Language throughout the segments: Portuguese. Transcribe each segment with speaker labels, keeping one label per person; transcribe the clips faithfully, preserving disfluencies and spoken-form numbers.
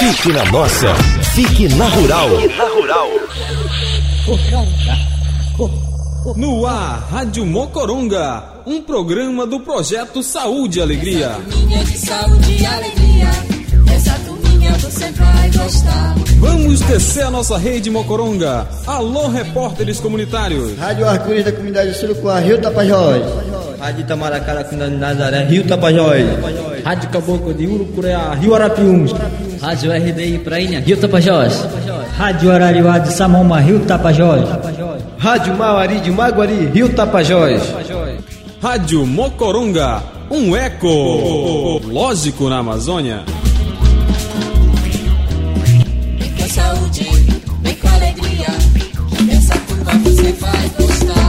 Speaker 1: Fique na nossa, fique na Rural. Fique na Rural.
Speaker 2: No ar, Rádio Mocoronga, um programa do Projeto Saúde e Alegria.
Speaker 3: Essa turminha de saúde e alegria, essa turminha você vai gostar.
Speaker 2: Vamos descer a nossa rede Mocoronga. Alô, repórteres comunitários.
Speaker 4: Rádio Arco-Íris da comunidade Surucuá, Rio Tapajós.
Speaker 5: Rádio Itamaracá da comunidade Nazaré, Rio Tapajós. Rádio Caboclo de Urucureá, Rio Arapiuns.
Speaker 6: Rádio R D I Prainha, Rio Tapajós.
Speaker 7: Rádio Arariuá de Samoma, Rio Tapajós.
Speaker 5: Rádio Mauari de Maguari, Rio Tapajós.
Speaker 2: Rádio Mocoronga, um eco lógico na Amazônia.
Speaker 3: Vem com saúde, vem com alegria, essa turma você vai gostar.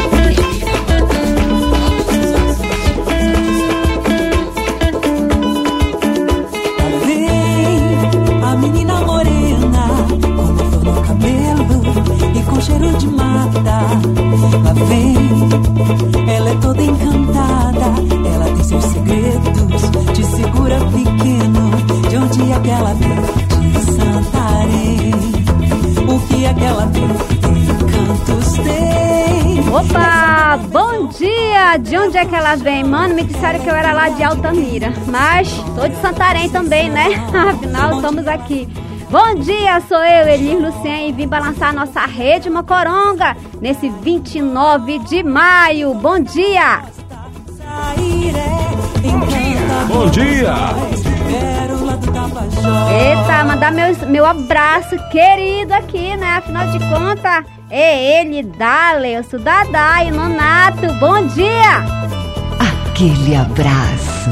Speaker 8: Menina morena, com uma flor no cabelo e com cheiro de mata. Lá vem, ela é toda encantada, ela tem seus segredos, te segura pequeno. De onde é que ela vem? De Santarém. O que é que ela tem? Encantos tem.
Speaker 9: Opa, bom dia! De onde é que ela vem? Mano, me disseram que eu era lá de Altamira, mas tô de Santarém também, né? Afinal, estamos aqui. Bom dia, sou eu, Elis Lucien, e vim balançar nossa rede Mocoronga nesse vinte e nove de maio. Bom dia!
Speaker 2: Bom dia!
Speaker 9: Eita, mandar meu, meu abraço querido aqui, né? Afinal de contas, é ele, Daleuço, Dadá e Nonato. Bom dia!
Speaker 10: Aquele abraço.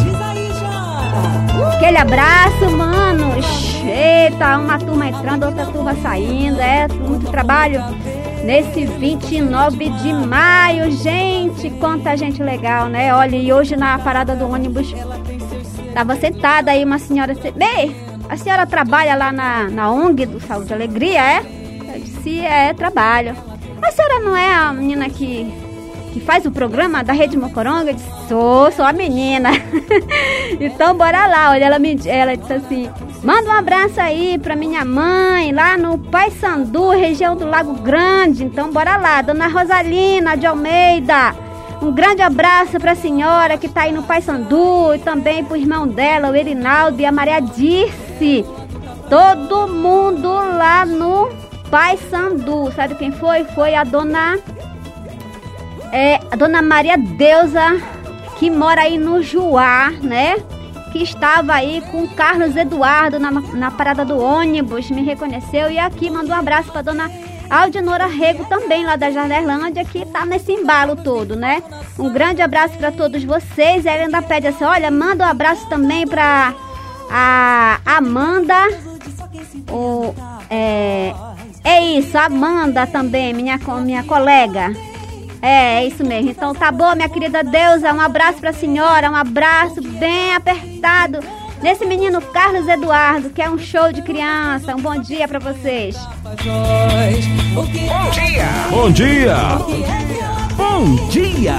Speaker 9: Aquele abraço, manos. Eita, uma turma entrando, outra turma saindo. É muito trabalho nesse vinte e nove de maio, gente. Quanta gente legal, né? Olha, e hoje na parada do ônibus tava sentada aí uma senhora. Bem, a senhora trabalha lá na, na O N G do Saúde e Alegria, é? Eu disse, é, trabalho. A senhora não é a menina que, que faz o programa da Rede Mocoronga? Eu disse, sou, sou a menina. Então bora lá, olha, ela, me, ela disse assim, manda um abraço aí pra minha mãe, lá no Paissandu, região do Lago Grande. Então bora lá, dona Rosalina de Almeida. Um grande abraço pra senhora que tá aí no Paissandu e também pro irmão dela, o Erinaldo e a Maria Dirce. Todo mundo lá no Paissandu. Sabe quem foi? Foi a dona... É, a dona Maria Deusa, que mora aí no Juá, né? Que estava aí com o Carlos Eduardo na, na parada do ônibus, me reconheceu. E aqui mandou um abraço pra dona Aldinora Rego, também lá da Jarderlândia, que tá nesse embalo todo, né? Um grande abraço para todos vocês. E ela ainda pede assim, olha, manda um abraço também pra a Amanda. O, é, é isso, a Amanda também, minha, minha colega. É, é isso mesmo. Então tá bom, minha querida Deusa, um abraço pra senhora, um abraço bem apertado nesse menino Carlos Eduardo, que é um show de criança. Um bom dia pra vocês.
Speaker 1: Bom dia! Bom dia! Bom dia!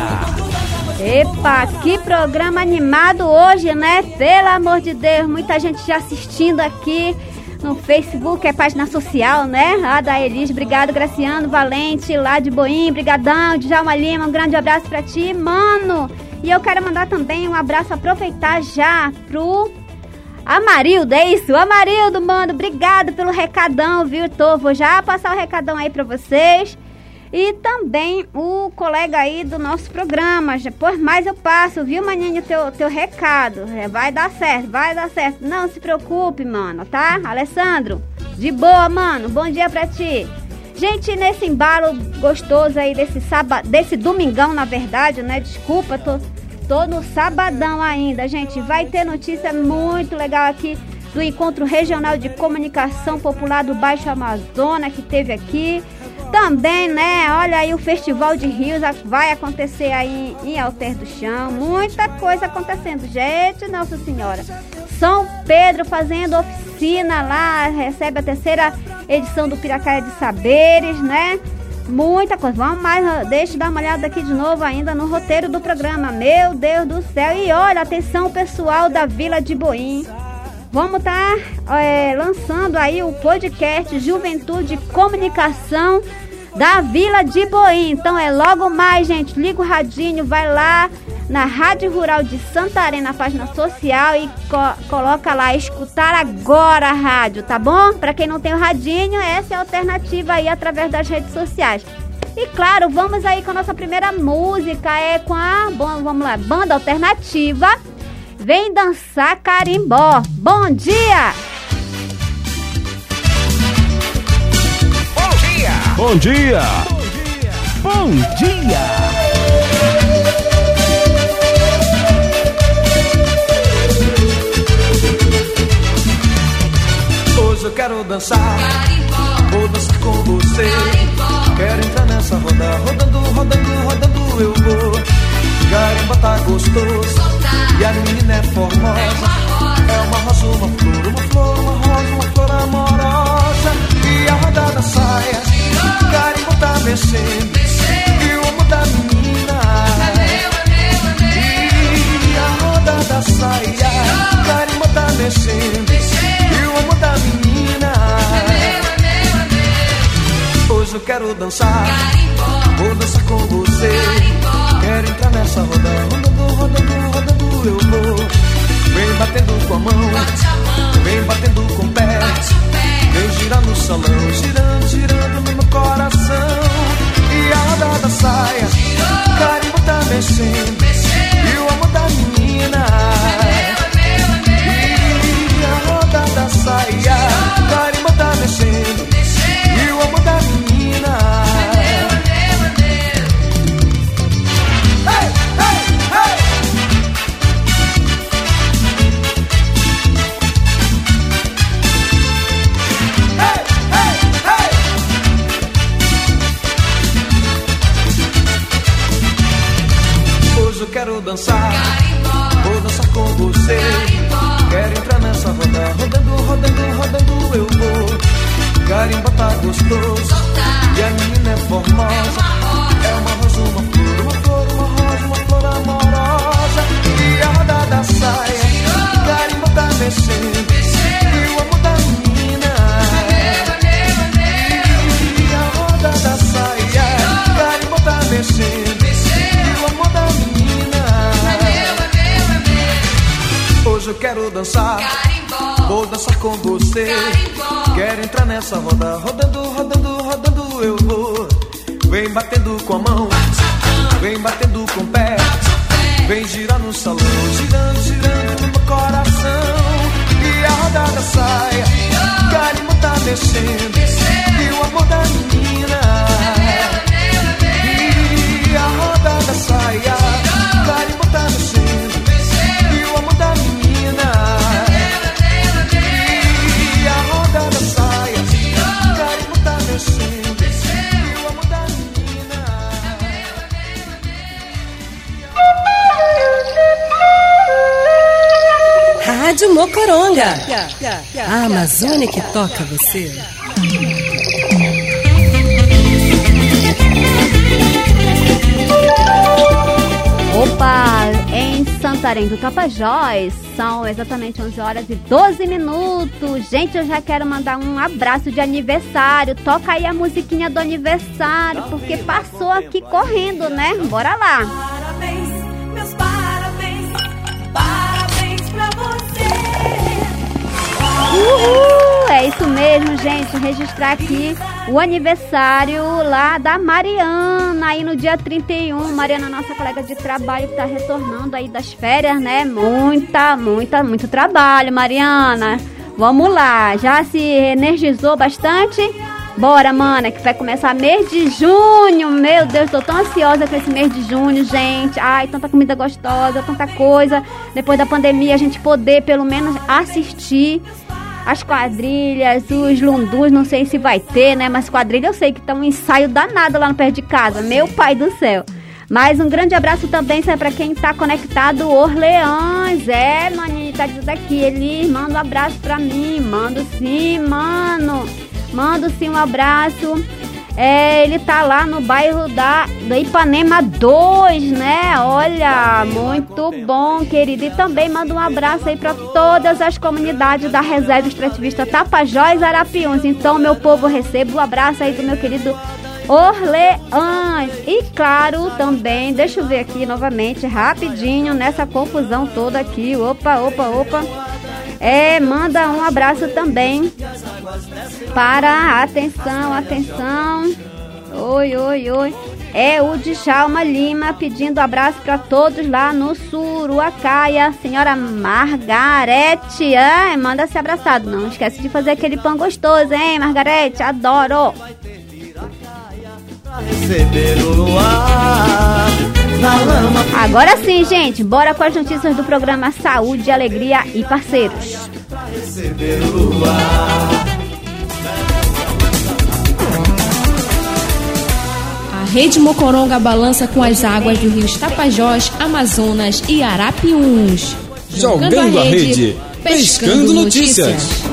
Speaker 9: Epa, que programa animado hoje, né? Pelo amor de Deus, muita gente já assistindo aqui no Facebook, é página social, né? A da Elis, obrigado, Graciano Valente, lá de Boim, brigadão, Djalma Lima, um grande abraço pra ti, mano. E eu quero mandar também um abraço, aproveitar já pro Amarildo, é isso? Amarildo, mano, obrigado pelo recadão, viu? Tô, vou já passar o recadão aí pra vocês. E também o colega aí do nosso programa, por mais eu passo, viu, maninho, teu, teu recado. Vai dar certo, vai dar certo. Não se preocupe, mano, tá? Alessandro, de boa, mano, bom dia pra ti. Gente, nesse embalo gostoso aí desse sábado, desse domingão, na verdade, né? Desculpa, tô, tô no sabadão ainda, gente. Vai ter notícia muito legal aqui do Encontro Regional de Comunicação Popular do Baixo Amazonas, que teve aqui. Também, né, olha aí o Festival de Rios vai acontecer aí em Alter do Chão. Muita coisa acontecendo, gente, Nossa Senhora. São Pedro fazendo oficina lá, recebe a terceira edição do Piracaia de Saberes, né? Muita coisa. Vamos mais, deixa eu dar uma olhada aqui de novo ainda no roteiro do programa. Meu Deus do céu. E olha, atenção pessoal da Vila de Boim. vamos estar tá, é, lançando aí o podcast Juventude e Comunicação da Vila de Boim. Então é logo mais, gente. Liga o radinho, vai lá na Rádio Rural de Santarém, na página social, e co- coloca lá, escutar agora a rádio, tá bom? Pra quem não tem o radinho, essa é a alternativa aí através das redes sociais. E claro, vamos aí com a nossa primeira música, é com a, bom, vamos lá, Banda Alternativa, Vem Dançar Carimbó. Bom dia!
Speaker 1: Bom dia! Bom dia! Bom dia!
Speaker 11: Hoje eu quero dançar, carimbó. Vou dançar com você, carimbó. Quero entrar nessa roda, rodando, rodando, rodando eu vou. Carimbó tá gostoso, soltar. E a menina é formosa, é uma rosa, é uma rosa, uma flor, uma flor, uma rosa, uma flor amorosa. E a roda da saia, girou. Carimbó tá mexendo, mexendo. E o amor da menina, é meu, é meu, é meu. E a roda da saia, girou. Carimbó tá mexendo, mexendo. E o amor da menina, é meu, é meu, é meu. Hoje eu quero dançar, carimbó. Vou dançar com você, carimbó. Quero entrar nessa roda, rodando, rodando, rodando eu vou. Vem batendo com a mão, bate a mão. Vem batendo com o pé, bate o pé. Vem girar no salão, girando, girando no meu coração. E a roda da saia, girou. Carimbó tá mexendo, mexendo. E o amor da menina, é meu, é meu, é meu. E a roda da saia, girou. Carimbó tá mexendo, mexendo. E o amor da menina, é meu, é meu, é meu. Hey, hey, hey. Hey, hey, hey. Hoje eu quero dançar, carimbó. Vou dançar com você, carimbó. Quero entrar nessa roda, rodando, rodando, rodando eu vou. Carimbó tá gostoso, soltar. E a menina é formosa, é uma rosa, uma flor, uma flor, uma rosa, uma flor amorosa. E a roda da saia, girou. Carimbó tá mexendo, mexendo. E o amor da menina, é meu, é meu, é meu. E a roda da saia, girou. Carimbó tá mexendo, mexendo. E o amor da menina, é meu, é meu, é meu. Hoje eu quero dançar, carimbó. Vou dançar com você, carimbó. Quero entrar nessa roda, rodando, rodando, rodando eu vou. Vem batendo com a mão, bate a mão. Vem batendo com o pé, bate o pé. Vem girar no salão, girando, girando no meu coração. E a roda da saia, girou. Carimbó tá mexendo, mexendo. E o amor da menina, é meu, é meu. E a roda da saia, girou. Carimbó tá mexendo, mexendo. E o amor da menina, é meu, é meu. E a roda da saia, girou. Carimbó tá mexendo.
Speaker 12: Rádio Mocoronga, a Amazônia que toca você.
Speaker 9: Opa, em Santarém do Tapajós, são exatamente onze horas e doze minutos. Gente, eu já quero mandar um abraço de aniversário. Toca aí a musiquinha do aniversário, porque passou aqui correndo, né? Bora lá.
Speaker 8: Parabéns, meus parabéns, parabéns pra você.
Speaker 9: Uhul, é isso mesmo, gente. Registrar aqui o aniversário lá da Mariana, aí no dia trinta e um. Mariana, nossa colega de trabalho, que tá retornando aí das férias, né? Muita, muita, muito trabalho, Mariana. Vamos lá, já se energizou bastante? Bora, mana, que vai começar mês de junho. Meu Deus, tô tão ansiosa com esse mês de junho, gente. Ai, tanta comida gostosa, tanta coisa. Depois da pandemia, a gente poder pelo menos assistir as quadrilhas, os lundus, não sei se vai ter, né? Mas quadrilha eu sei que tá um ensaio danado lá no pé de casa. Meu pai do céu. Mas um grande abraço também para quem tá conectado, Orleans. É, maninho, tá dizendo aqui. Ele manda um abraço pra mim. Mando sim, mano. Mando sim um abraço. É, ele tá lá no bairro da, da Ipanema dois, né? Olha, muito bom, querido. E também manda um abraço aí para todas as comunidades da Reserva Extrativista Tapajós, Arapiuns. Então, meu povo, receba o abraço aí do meu querido Orleans. E claro, também, deixa eu ver aqui novamente, rapidinho, nessa confusão toda aqui. Opa, opa, opa. É, manda um abraço também para, atenção, atenção, oi, oi, oi, é o Djalma Lima pedindo abraço para todos lá no Suruacaia, senhora Margarete, é, manda se abraçado, não esquece de fazer aquele pão gostoso, hein, Margarete, adoro. Agora sim, gente, bora com as notícias do programa Saúde, Alegria e Parceiros.
Speaker 13: A Rede Mocoronga balança com as águas dos rios Tapajós, Amazonas e Arapiuns.
Speaker 2: Jogando, Jogando a rede, rede pescando, pescando notícias. notícias.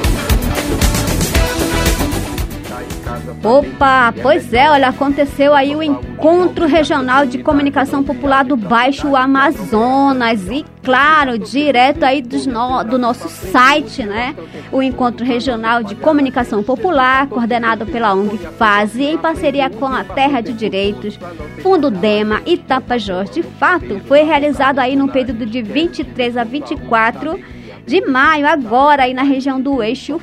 Speaker 9: Opa, pois é, olha, aconteceu aí o Encontro Regional de Comunicação Popular do Baixo Amazonas e, claro, direto aí dos no, do nosso site, né? O Encontro Regional de Comunicação Popular, coordenado pela O N G Fase, em parceria com a Terra de Direitos, Fundo Dema e Tapajós. De fato, foi realizado aí no período de vinte e três a vinte e quatro de maio, agora aí na região do Eixo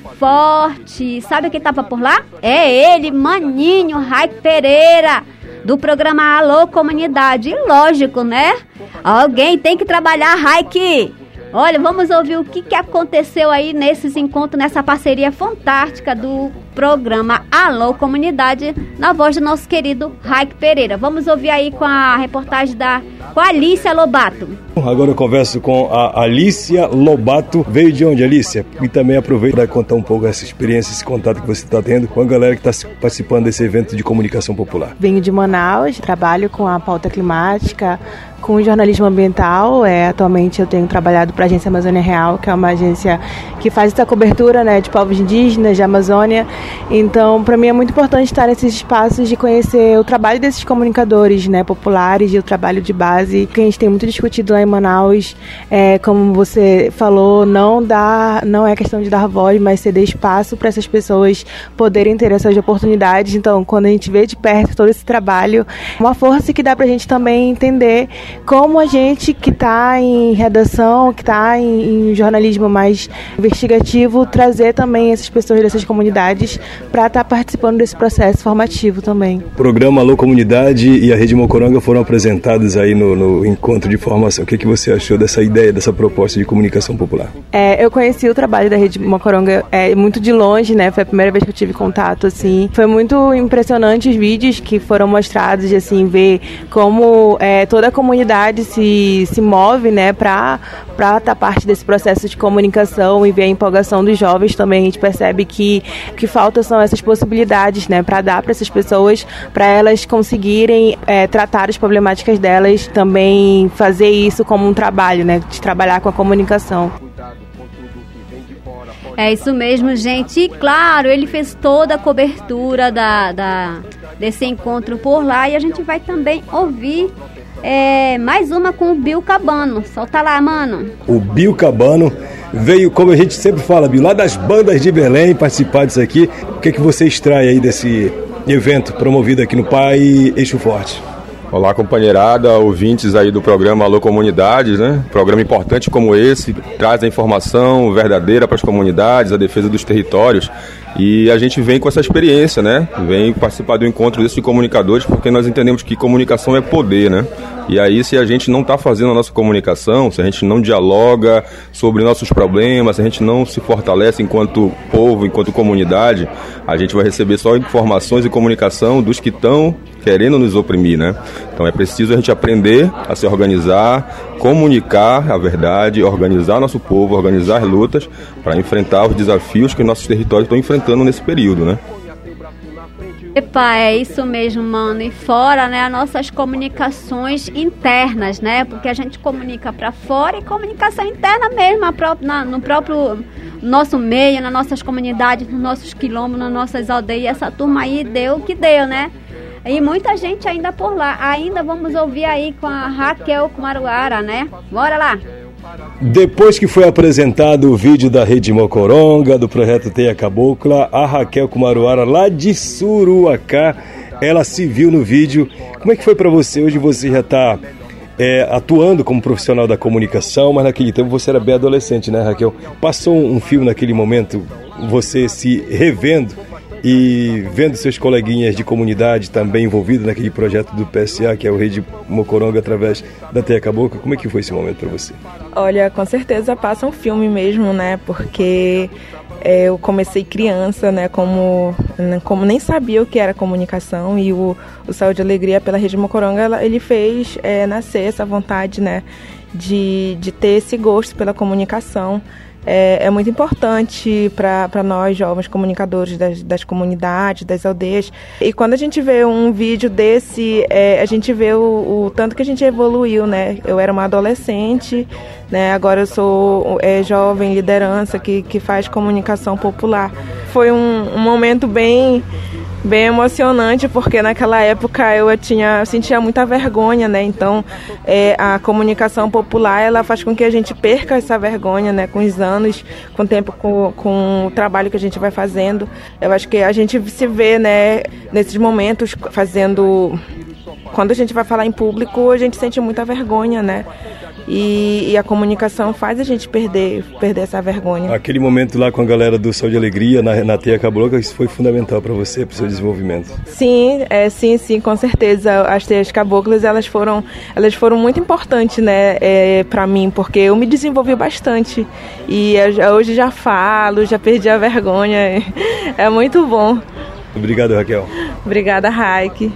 Speaker 9: Forte. Sabe quem tava por lá? É ele, Maninho Raik Pereira, do programa Alô Comunidade. E lógico, né? Alguém tem que trabalhar, Raik. Olha, vamos ouvir o que, que aconteceu aí nesses encontros, nessa parceria fantástica do programa Alô Comunidade, na voz do nosso querido Raik Pereira. Vamos ouvir aí com a reportagem da com a Alícia Lobato.
Speaker 14: Agora eu converso com a Alícia Lobato. Veio de onde, Alícia? E também aproveito para contar um pouco essa experiência, esse contato que você está tendo com a galera que está participando desse evento de comunicação popular.
Speaker 15: Venho de Manaus, trabalho com a pauta climática, com jornalismo ambiental. É, atualmente eu tenho trabalhado para a Agência Amazônia Real, que é uma agência que faz essa cobertura, né, de povos indígenas, de Amazônia. Então, para mim é muito importante estar nesses espaços de conhecer o trabalho desses comunicadores, né, populares e o trabalho de base, que a gente tem muito discutido lá em Manaus. É, como você falou, não, dá, não é questão de dar voz, mas ceder espaço para essas pessoas poderem ter essas oportunidades. Então, quando a gente vê de perto todo esse trabalho, uma força que dá para a gente também entender como a gente que está em redação, que está em, em jornalismo mais investigativo, trazer também essas pessoas dessas comunidades para estar tá participando desse processo formativo também.
Speaker 14: O programa Alô Comunidade e a Rede Mocoronga foram apresentados aí no, no encontro de formação. O que, que você achou dessa ideia, dessa proposta de comunicação popular?
Speaker 15: É, eu conheci o trabalho da Rede Mocoronga é, muito de longe, né? Foi a primeira vez que eu tive contato, assim. Foi muito impressionante os vídeos que foram mostrados, assim, ver como é, toda a comunidade se, se move, né, para para estar parte desse processo de comunicação e ver a empolgação dos jovens também. A gente percebe que o que falta são essas possibilidades, né, para dar para essas pessoas, para elas conseguirem é, tratar as problemáticas delas, também fazer isso como um trabalho, né, de trabalhar com a comunicação.
Speaker 9: É isso mesmo, gente. E claro, ele fez toda a cobertura da, da, desse encontro por lá e a gente vai também ouvir É, mais uma com o Bill Cabano. Solta lá, mano.
Speaker 14: O Bill Cabano veio, como a gente sempre fala, Bill, lá das bandas de Belém, participar disso aqui. O que é que você extrai aí desse evento promovido aqui no P A I Eixo Forte?
Speaker 16: Olá, companheirada, ouvintes aí do programa Alô Comunidades, né? Programa importante como esse, traz a informação verdadeira para as comunidades, a defesa dos territórios. E a gente vem com essa experiência, né? Vem participar do encontro desses comunicadores, porque nós entendemos que comunicação é poder, né? E aí, se a gente não está fazendo a nossa comunicação, se a gente não dialoga sobre nossos problemas, se a gente não se fortalece enquanto povo, enquanto comunidade, a gente vai receber só informações e comunicação dos que estão querendo nos oprimir, né? Então é preciso a gente aprender a se organizar, comunicar a verdade, organizar nosso povo, organizar as lutas para enfrentar os desafios que nossos territórios estão enfrentando nesse período, né?
Speaker 9: Epa, é isso mesmo, mano. E fora, né, as nossas comunicações internas, né? Porque a gente comunica para fora e comunicação interna mesmo, a pró- na, no próprio nosso meio, nas nossas comunidades, nos nossos quilombos, nas nossas aldeias. Essa turma aí deu o que deu, né? E muita gente ainda por lá. Ainda vamos ouvir aí com a Raquel Kumaruara, né? Bora lá!
Speaker 14: Depois que foi apresentado o vídeo da Rede Mocoronga, do projeto Teia Cabocla, a Raquel Kumaruara, lá de Suruacá, ela se viu no vídeo. Como é que foi para você? Hoje você já está é, atuando como profissional da comunicação, mas naquele tempo você era bem adolescente, né, Raquel? Passou um filme naquele momento, você se revendo e vendo seus coleguinhas de comunidade também envolvidos naquele projeto do P S A, que é o Rede Mocoronga, através da Teia Cabocla. Como é que foi esse momento para você?
Speaker 17: Olha, com certeza passa um filme mesmo, né? Porque é, eu comecei criança, né? Como, como nem sabia o que era comunicação, e o, o Saúde e Alegria pela Rede Mocoronga, ele fez é, nascer essa vontade, né? De, de ter esse gosto pela comunicação. É, é muito importante para nós, jovens comunicadores das, das comunidades, das aldeias. E quando a gente vê um vídeo desse, é, a gente vê o, o tanto que a gente evoluiu, né? Eu era uma adolescente, né? Agora eu sou é, jovem liderança que, que faz comunicação popular. Foi um, um momento bem... bem emocionante, porque naquela época eu tinha, eu sentia muita vergonha, né? Então, é, a comunicação popular, ela faz com que a gente perca essa vergonha, né? Com os anos, com o tempo, com, com o trabalho que a gente vai fazendo. Eu acho que a gente se vê, né? Nesses momentos, fazendo... Quando a gente vai falar em público, a gente sente muita vergonha, né? E, e a comunicação faz a gente perder, perder essa vergonha.
Speaker 14: Aquele momento lá com a galera do Saúde e Alegria, na, na Teia Cabocla, isso foi fundamental para você, para o seu desenvolvimento?
Speaker 17: Sim, é, sim, sim, com certeza. As Teias Caboclas, elas foram, elas foram muito importantes, né, é, para mim, porque eu me desenvolvi bastante. E eu, hoje já falo, já perdi a vergonha. É muito bom.
Speaker 14: Obrigado, Raquel.
Speaker 17: Obrigada, Raik.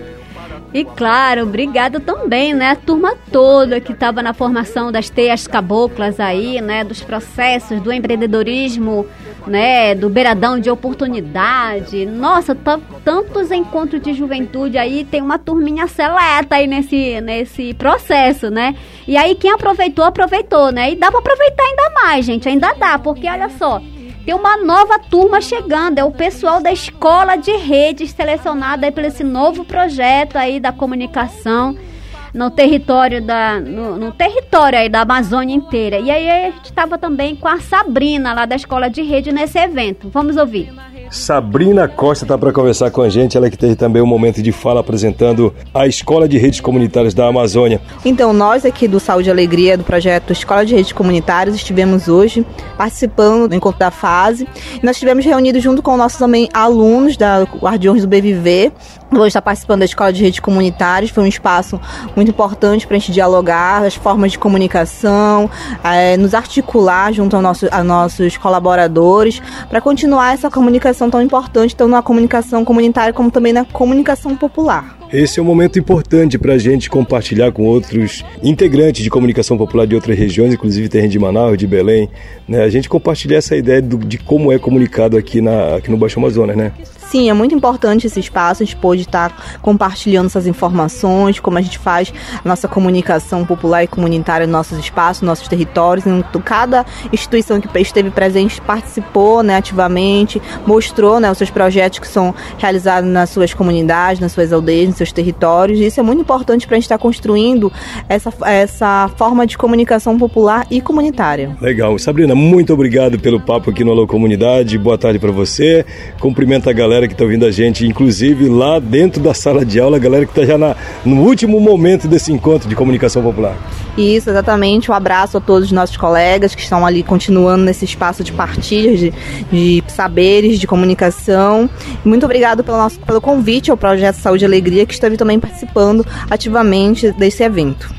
Speaker 9: E claro, obrigado também, né, a turma toda que estava na formação das Teias Caboclas aí, né, dos processos do empreendedorismo, né, do beiradão de oportunidade. Nossa, t- tantos encontros de juventude aí, tem uma turminha seleta aí nesse, nesse processo, né? E aí quem aproveitou, aproveitou, né? E dá para aproveitar ainda mais, gente, ainda dá, porque olha só, tem uma nova turma chegando, é o pessoal da Escola de Redes selecionado aí por esse novo projeto aí da comunicação no território da, no, no território aí da Amazônia inteira. E aí a gente estava também com a Sabrina lá da Escola de Rede nesse evento. Vamos ouvir.
Speaker 14: Sabrina Costa está para conversar com a gente, ela que teve também um momento de fala apresentando a Escola de Redes Comunitárias da Amazônia.
Speaker 18: Então, nós aqui do Saúde e Alegria, do projeto Escola de Redes Comunitárias, estivemos hoje participando do encontro da fase. Nós estivemos reunidos junto com nossos também alunos da Guardiões do B V V. Hoje está participando da Escola de Redes Comunitárias, foi um espaço muito importante para a gente dialogar as formas de comunicação, é, nos articular junto ao nosso, a nossos colaboradores, para continuar essa comunicação tão importante, tanto na comunicação comunitária como também na comunicação popular.
Speaker 14: Esse é um momento importante para a gente compartilhar com outros integrantes de comunicação popular de outras regiões, inclusive tem de Manaus, de Belém, né? A gente compartilhar essa ideia do, de como é comunicado aqui, na, aqui no Baixo Amazonas, né?
Speaker 18: Sim, é muito importante esse espaço, a gente pôde estar compartilhando essas informações, como a gente faz a nossa comunicação popular e comunitária nos nossos espaços, nos nossos territórios. Então, cada instituição que esteve presente participou, né, ativamente, mostrou, né, os seus projetos que são realizados nas suas comunidades, nas suas aldeias, nos seus territórios. E isso é muito importante para a gente estar construindo essa, essa forma de comunicação popular e comunitária.
Speaker 14: Legal. Sabrina, muito obrigado pelo papo aqui no Alô Comunidade. Boa tarde para você. Cumprimento a galera que está ouvindo a gente, inclusive lá dentro da sala de aula, a galera que está já na, no último momento desse encontro de comunicação popular.
Speaker 18: Isso, exatamente. Um abraço a todos os nossos colegas que estão ali continuando nesse espaço de partilha, de, de saberes, de comunicação. Muito obrigado pelo, nosso, pelo convite ao Projeto Saúde e Alegria, que esteve também participando ativamente desse evento.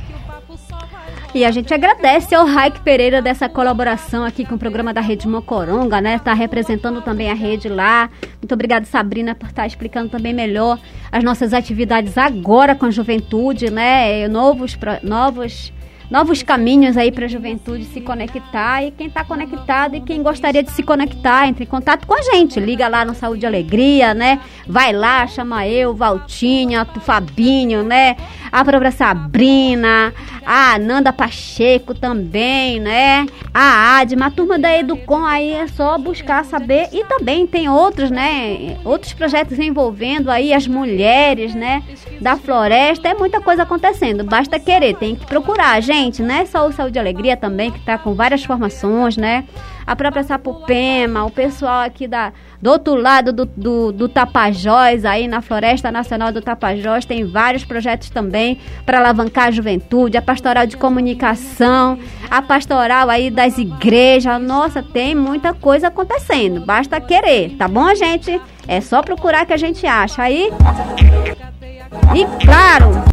Speaker 9: E a gente agradece ao Raik Pereira dessa colaboração aqui com o programa da Rede Mocoronga, né? Está representando também a rede lá. Muito obrigada, Sabrina, por estar explicando também melhor as nossas atividades agora com a juventude, né? Novos, novos, novos caminhos aí para a juventude se conectar. E quem está conectado e quem gostaria de se conectar, entre em contato com a gente. Liga lá no Saúde e Alegria, né? Vai lá, chama eu, Valtinha, o Fabinho, né? a própria Sabrina, a Nanda Pacheco também, né? A Adma, a turma da Educom aí é só buscar saber. E também tem outros, né? Outros projetos envolvendo aí as mulheres, né? Da floresta, é muita coisa acontecendo, basta querer, tem que procurar, gente, né? Só o Saúde e Alegria também, que tá com várias formações, né? A própria Sapopema, o pessoal aqui da, do outro lado do, do, do Tapajós, aí na Floresta Nacional do Tapajós, tem vários projetos também para alavancar a juventude, a pastoral de comunicação, a pastoral aí das igrejas. Nossa, tem muita coisa acontecendo, basta querer, tá bom, gente? É só procurar que a gente acha aí. E claro,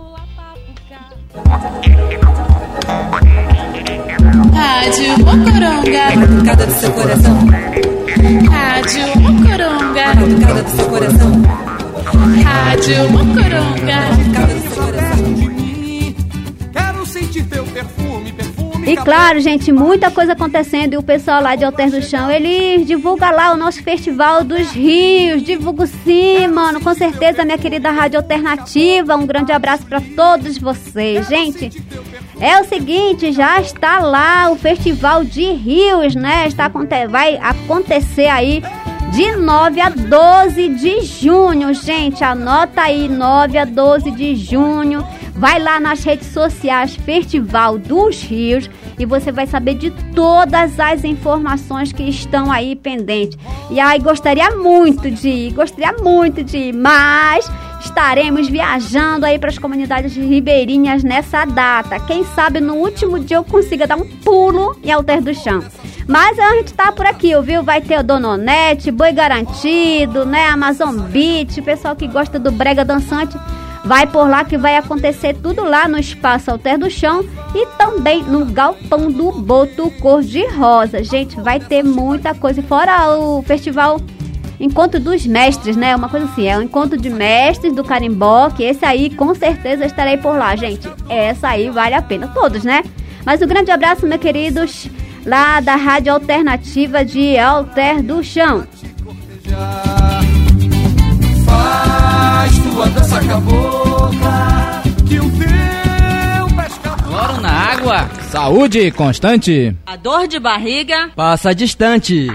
Speaker 13: Rádio Mocoronga,
Speaker 12: Batucada do seu coração.
Speaker 13: Rádio Mocoronga,
Speaker 12: Batucada do seu coração.
Speaker 13: Rádio Mocoronga,
Speaker 12: Batucada do seu coração.
Speaker 11: Quero sentir teu perfume, perfume.
Speaker 9: e claro, gente, muita coisa acontecendo. E o pessoal lá de Alter do Chão, ele divulga lá o nosso Festival dos Rios. Divulgo sim, mano, com certeza, minha querida Rádio Alternativa. Um grande abraço para todos vocês, gente. É o seguinte, já está lá o Festival de Rios, né? Está, vai acontecer aí de nove a doze de junho, gente. Anota aí, nove a doze de junho. Vai lá nas redes sociais Festival dos Rios e você vai saber de todas as informações que estão aí pendentes. E aí, gostaria muito de ir, gostaria muito de ir, mas estaremos viajando aí para as comunidades ribeirinhas nessa data. Quem sabe no último dia eu consiga dar um pulo em Alter do Chão. Mas a gente tá por aqui, viu? Vai ter o Dona Onete, Boi Garantido, né? Amazon Beach, o pessoal que gosta do brega dançante. Vai por lá que vai acontecer tudo lá no Espaço Alter do Chão e também no Galpão do Boto Cor-de-Rosa. Gente, vai ter muita coisa. Fora o festival Encontro dos Mestres, né? Uma coisa assim, é o Encontro de Mestres do Carimbó, que esse aí com certeza estarei por lá, gente. Essa aí vale a pena, todos, né? Mas um grande abraço, meus queridos, lá da Rádio Alternativa de Alter do Chão.
Speaker 11: Faz tua dança cabocla, que o teu pescador...
Speaker 19: Cloro na água, saúde constante.
Speaker 20: A dor de barriga
Speaker 19: passa distante.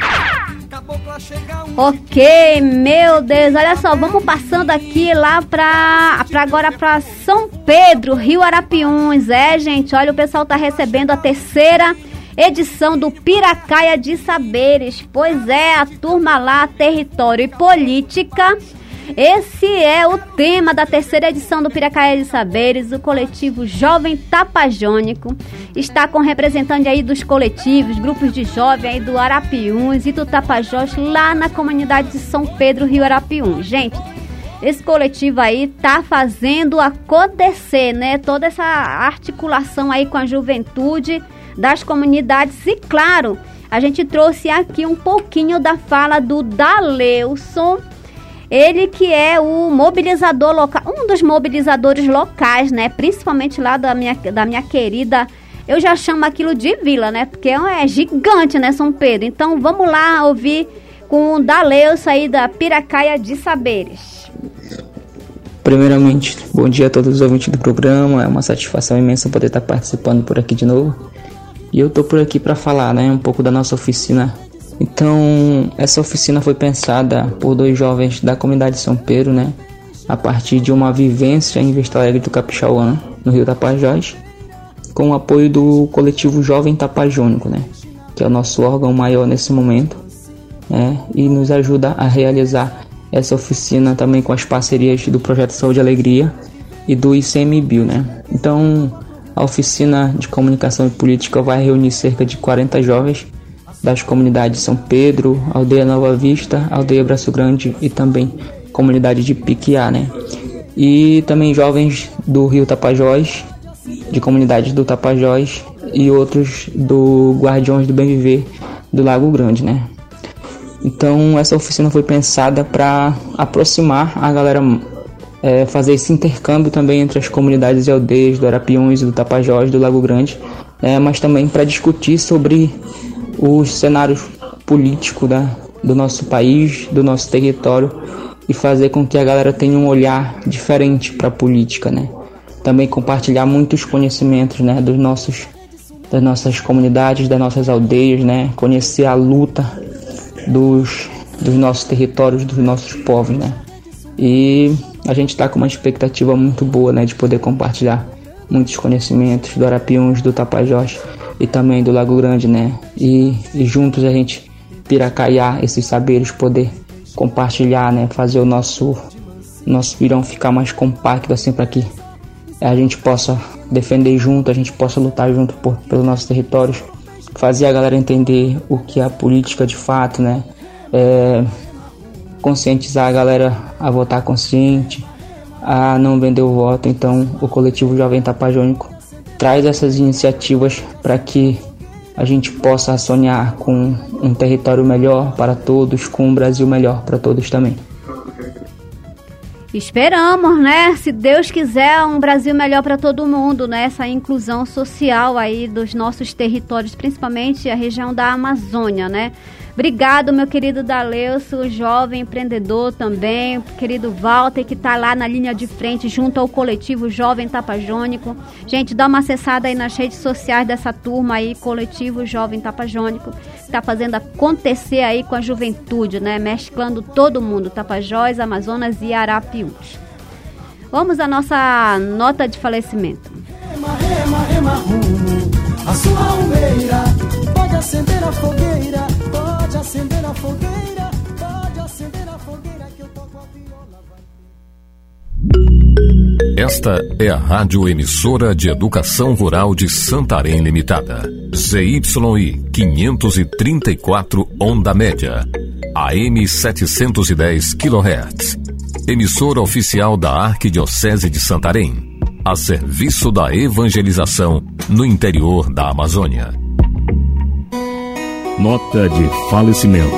Speaker 9: Ok, meu Deus, olha só, vamos passando aqui lá pra, pra agora pra São Pedro, Rio Arapiuns. É, gente, olha, o pessoal tá recebendo a terceira edição do Piracaia de Saberes. Pois é, a turma lá, Território e Política. Esse é o tema da terceira edição do Piracaia de Saberes. O coletivo Jovem Tapajônico está com representantes aí dos coletivos, grupos de jovens aí do Arapiuns e do Tapajós, lá na comunidade de São Pedro, Rio Arapiuns. Gente, esse coletivo aí tá fazendo acontecer, né? Toda essa articulação aí com a juventude das comunidades. E claro, a gente trouxe aqui um pouquinho da fala do Daleusson. Ele que é o mobilizador local, um dos mobilizadores locais, né? Principalmente lá da minha, da minha querida, eu já chamo aquilo de vila, né? Porque é gigante, né, São Pedro? Então vamos lá ouvir com o Daleus aí da Piracaia de Saberes.
Speaker 21: Primeiramente, bom dia a todos os ouvintes do programa. É uma satisfação imensa poder estar participando por aqui de novo. E eu tô por aqui para falar, né, um pouco da nossa oficina. Então, essa oficina foi pensada por dois jovens da comunidade de São Pedro, né? A partir de uma vivência em Vista Alegre do Capixauã, no Rio Tapajós, com o apoio do coletivo Jovem Tapajônico, né? Que é o nosso órgão maior nesse momento, né? E nos ajuda a realizar essa oficina também com as parcerias do Projeto Saúde e Alegria e do I C M B I L, né? Então, a oficina de comunicação e política vai reunir cerca de quarenta jovens das comunidades São Pedro, Aldeia Nova Vista, Aldeia Braço Grande e também comunidade de Piquiá, né? E também jovens do Rio Tapajós, de comunidades do Tapajós e outros do Guardiões do Bem Viver do Lago Grande, né? Então essa oficina foi pensada para aproximar a galera, é, fazer esse intercâmbio também entre as comunidades e aldeias do Arapiuns e do Tapajós, do Lago Grande, né? Mas também para discutir sobre os cenários políticos da, do nosso país, do nosso território, e fazer com que a galera tenha um olhar diferente para a política, né? também compartilhar muitos conhecimentos, né, dos nossos, das nossas comunidades, das nossas aldeias, né, conhecer a luta dos, dos nossos territórios, dos nossos povos, né. E a gente está com uma expectativa muito boa, né, de poder compartilhar muitos conhecimentos do Arapiuns, do Tapajós e também do Lago Grande, né? E, e juntos a gente piracaiar esses saberes, poder compartilhar, né? Fazer o nosso nosso virão ficar mais compacto, assim, para que a gente possa defender junto, a gente possa lutar junto por, pelos nossos territórios, fazer a galera entender o que é a política de fato, né? É, conscientizar a galera a votar consciente, a não vender o voto. Então o coletivo Jovem Tapajônico traz essas iniciativas para que a gente possa sonhar com um território melhor para todos, com um Brasil melhor para todos também.
Speaker 9: Esperamos, né? Se Deus quiser, um Brasil melhor para todo mundo, né? Essa inclusão social aí dos nossos territórios, principalmente a região da Amazônia, né? Obrigado, meu querido Daleuço, jovem empreendedor também, querido Walter, que está lá na linha de frente junto ao coletivo Jovem Tapajônico. Gente, dá uma acessada aí nas redes sociais dessa turma aí, coletivo Jovem Tapajônico, que está fazendo acontecer aí com a juventude, né? Mesclando todo mundo, Tapajós, Amazonas e Arapiuns. Vamos à nossa nota de falecimento.
Speaker 11: Rema, rema, rema, rumo, a sua almeira, pode acender a fogueira, pode acender a fogueira, pode acender a fogueira que eu toco a viola.
Speaker 20: Esta é a Rádio Emissora de Educação Rural de Santarém Limitada. Z Y I quinhentos e trinta e quatro onda média, A M setecentos e dez quilohertz. Emissora oficial da Arquidiocese de Santarém, a serviço da evangelização no interior da Amazônia.
Speaker 22: Nota de falecimento.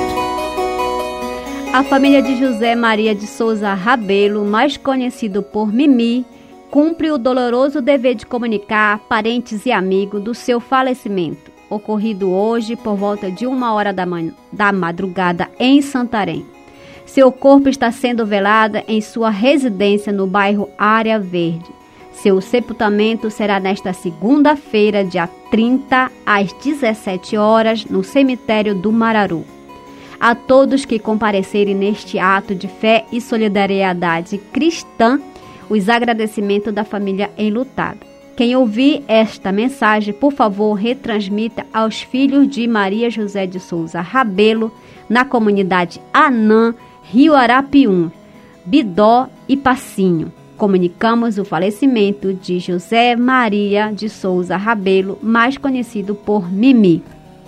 Speaker 9: A família de José Maria de Souza Rabelo, mais conhecido por Mimi, cumpre o doloroso dever de comunicar a parentes e amigos do seu falecimento, ocorrido hoje por volta de uma hora da, manhã, da madrugada em Santarém. Seu corpo está sendo velado em sua residência no bairro Área Verde. Seu sepultamento será nesta segunda-feira, dia trinta, às dezessete horas, no cemitério do Mararu. A todos que comparecerem neste ato de fé e solidariedade cristã, os agradecimentos da família enlutada. Quem ouvir esta mensagem, por favor, retransmita aos filhos de Maria José de Souza Rabelo, na comunidade Anã, Rio Arapiuns, Bidó e Passinho. Comunicamos o falecimento de José Maria de Souza Rabelo, mais conhecido por Mimi.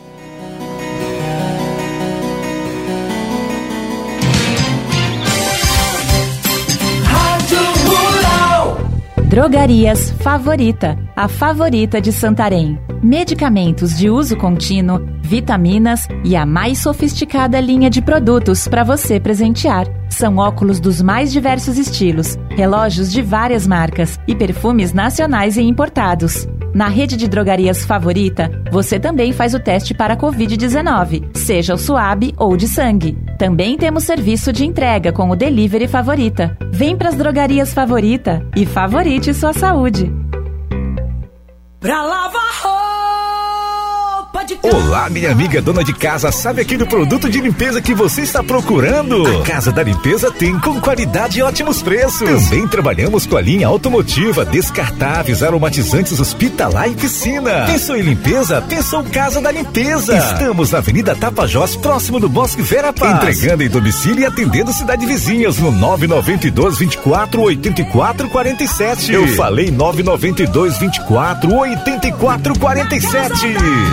Speaker 23: Drogarias Favorita, a favorita de Santarém. Medicamentos de uso contínuo, vitaminas e a mais sofisticada linha de produtos para você presentear. São óculos dos mais diversos estilos, relógios de várias marcas e perfumes nacionais e importados. Na rede de drogarias Favorita, você também faz o teste para a covid dezenove, seja o suave ou de sangue. Também temos serviço de entrega com o Delivery Favorita. Vem para as drogarias Favorita e favorite sua saúde.
Speaker 11: Pra lavar roupa de casa.
Speaker 24: Olá, minha amiga dona de casa, sabe aquele produto de limpeza que você está procurando? A Casa da Limpeza tem, com qualidade e ótimos preços. Também trabalhamos com a linha automotiva, descartáveis, aromatizantes hospitalar e piscina. Pensou em limpeza? Pensou Casa da Limpeza. Estamos na Avenida Tapajós, próximo do Bosque Vera Paz. Entregando em domicílio e atendendo cidade vizinhas no nove nove dois, vinte e quatro, oitenta e quatro, quarenta e sete. Eu falei nove nove dois, vinte e quatro, oitenta e quatro, quarenta e sete.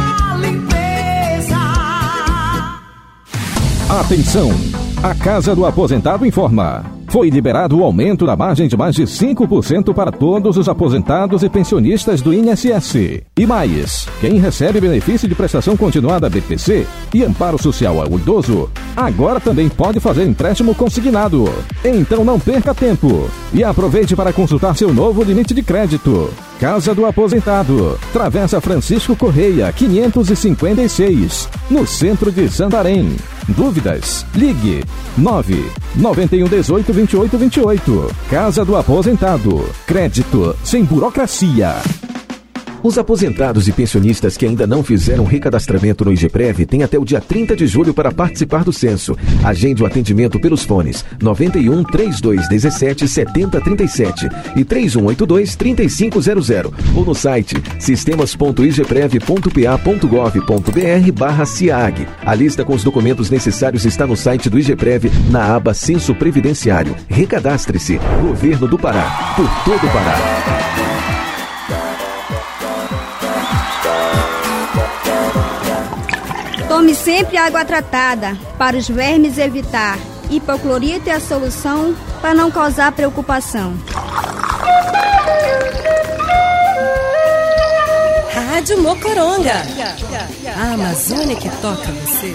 Speaker 25: Atenção! A Casa do Aposentado informa. Foi liberado o aumento da margem de mais de cinco por cento para todos os aposentados e pensionistas do I N S S. E mais, quem recebe benefício de prestação continuada B P C e amparo social ao idoso, agora também pode fazer empréstimo consignado. Então não perca tempo e aproveite para consultar seu novo limite de crédito. Casa do Aposentado, Travessa Francisco Correia, quinhentos e cinquenta e seis, no centro de Santarém. Dúvidas? Ligue nove nove um um oito, dois oito dois oito. Casa do Aposentado. Crédito sem burocracia.
Speaker 1: Os aposentados e pensionistas que ainda não fizeram recadastramento no IGPREV têm até o dia trinta de julho para participar do censo. Agende o atendimento pelos fones noventa e um, trinta e dois, dezessete, setenta, trinta e sete e trinta e um oitenta e dois, trinta e cinco zero zero ou no site sistemas ponto igprev ponto p a ponto gov ponto b r barra ciag. A lista com os documentos necessários está no site do IGPREV na aba Censo Previdenciário. Recadastre-se. Governo do Pará. Por todo o Pará.
Speaker 9: Tome sempre água tratada, para os vermes evitar. Hipoclorito é a solução para não causar preocupação.
Speaker 12: Rádio Mocoronga. A Amazônia que toca você.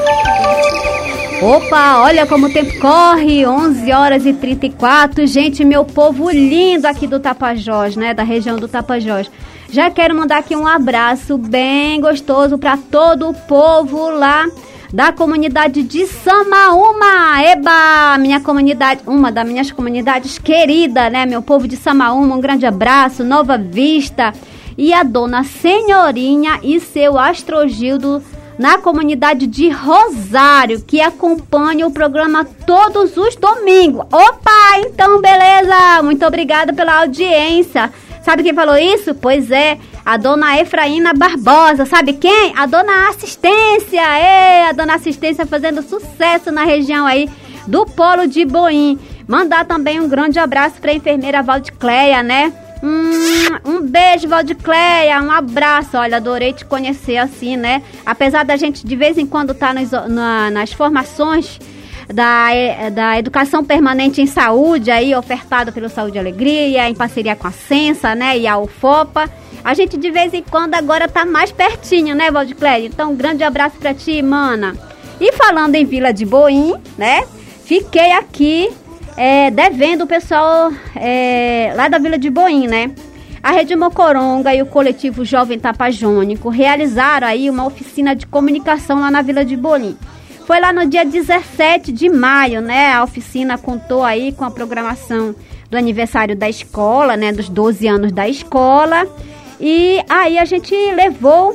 Speaker 9: Opa, olha como o tempo corre, onze horas e trinta e quatro. Gente, meu povo lindo aqui do Tapajós, né, da região do Tapajós. Já quero mandar aqui um abraço bem gostoso para todo o povo lá da comunidade de Samaúma. Eba, minha comunidade, uma das minhas comunidades queridas, né? Meu povo de Samaúma, um grande abraço, Nova Vista. E a dona Senhorinha e seu Astrogildo na comunidade de Rosário, que acompanha o programa todos os domingos. Opa, então beleza, muito obrigada pela audiência. Sabe quem falou isso? Pois é, a dona Efraína Barbosa. Sabe quem? A dona Assistência. É, a dona Assistência fazendo sucesso na região aí do Polo de Boim. Mandar também um grande abraço para a enfermeira Valdicleia, né? Hum, um beijo, Valdicleia, um abraço. Olha, adorei te conhecer assim, né? Apesar da gente de vez em quando estar tá na, nas formações Da, da Educação Permanente em Saúde, aí ofertada pelo Saúde e Alegria, em parceria com a Censa, né, e a UFOPA. A gente de vez em quando agora tá mais pertinho, né, Valdicléia? Então, um grande abraço pra ti, mana. E falando em Vila de Boim, né, fiquei aqui é, devendo o pessoal é, lá da Vila de Boim, né? A Rede Mocoronga e o coletivo Jovem Tapajônico realizaram aí uma oficina de comunicação lá na Vila de Boim. Foi lá no dia dezessete de maio, né? A oficina contou aí com a programação do aniversário da escola, né? Dos doze anos da escola. E aí a gente levou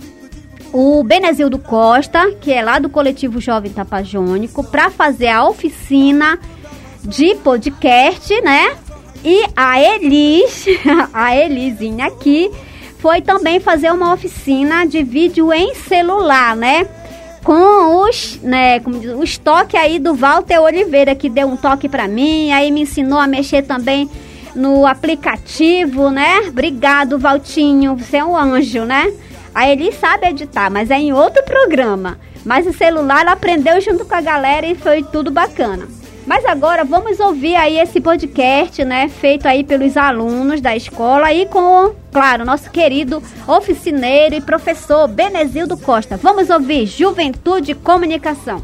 Speaker 9: o Benezildo Costa, que é lá do coletivo Jovem Tapajônico, para fazer a oficina de podcast, né? E a Elis, a Elisinha aqui, foi também fazer uma oficina de vídeo em celular, né? Com os, né, como diz, o estoque aí do Walter Oliveira, que deu um toque pra mim, aí me ensinou a mexer também no aplicativo, né? Obrigado, Valtinho, você é um anjo, né? Aí ele sabe editar, mas é em outro programa. Mas o celular ela aprendeu junto com a galera e foi tudo bacana. Mas agora vamos ouvir aí esse podcast, né, feito aí pelos alunos da escola e com, claro, nosso querido oficineiro e professor Benezildo Costa. Vamos ouvir Juventude e Comunicação.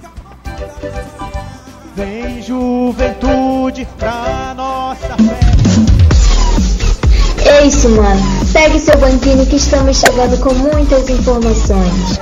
Speaker 3: Vem juventude pra nossa festa.
Speaker 4: É isso, mano. Pegue seu banquinho que estamos chegando com muitas informações.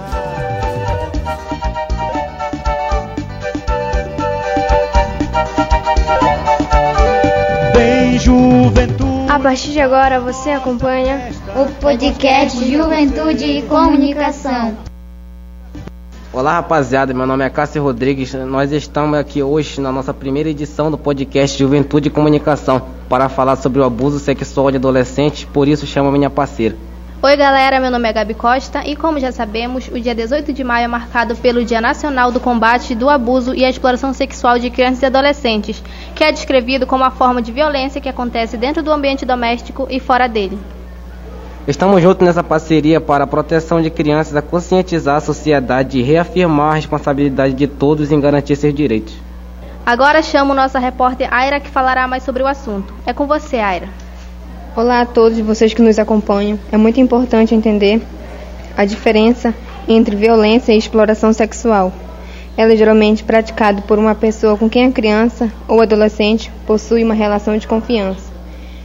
Speaker 4: A partir de agora você acompanha o podcast Juventude e Comunicação.
Speaker 5: Olá, rapaziada, meu nome é Cássio Rodrigues. Nós estamos aqui hoje na nossa primeira edição do podcast Juventude e Comunicação para falar sobre o abuso sexual de adolescentes, por isso chamo minha parceira.
Speaker 6: Oi galera, meu nome é Gabi Costa e como já sabemos, o dia dezoito de maio é marcado pelo Dia Nacional do Combate do Abuso e a Exploração Sexual de Crianças e Adolescentes, que é descrevido como a forma de violência que acontece dentro do ambiente doméstico e fora dele.
Speaker 5: Estamos juntos nessa parceria para a proteção de crianças, a conscientizar a sociedade e reafirmar a responsabilidade de todos em garantir seus direitos.
Speaker 6: Agora chamo nossa repórter Aira que falará mais sobre o assunto. É com você, Aira.
Speaker 7: Olá a todos vocês que nos acompanham. É muito importante entender a diferença entre violência e exploração sexual. Ela é geralmente praticada por uma pessoa com quem a criança ou adolescente possui uma relação de confiança.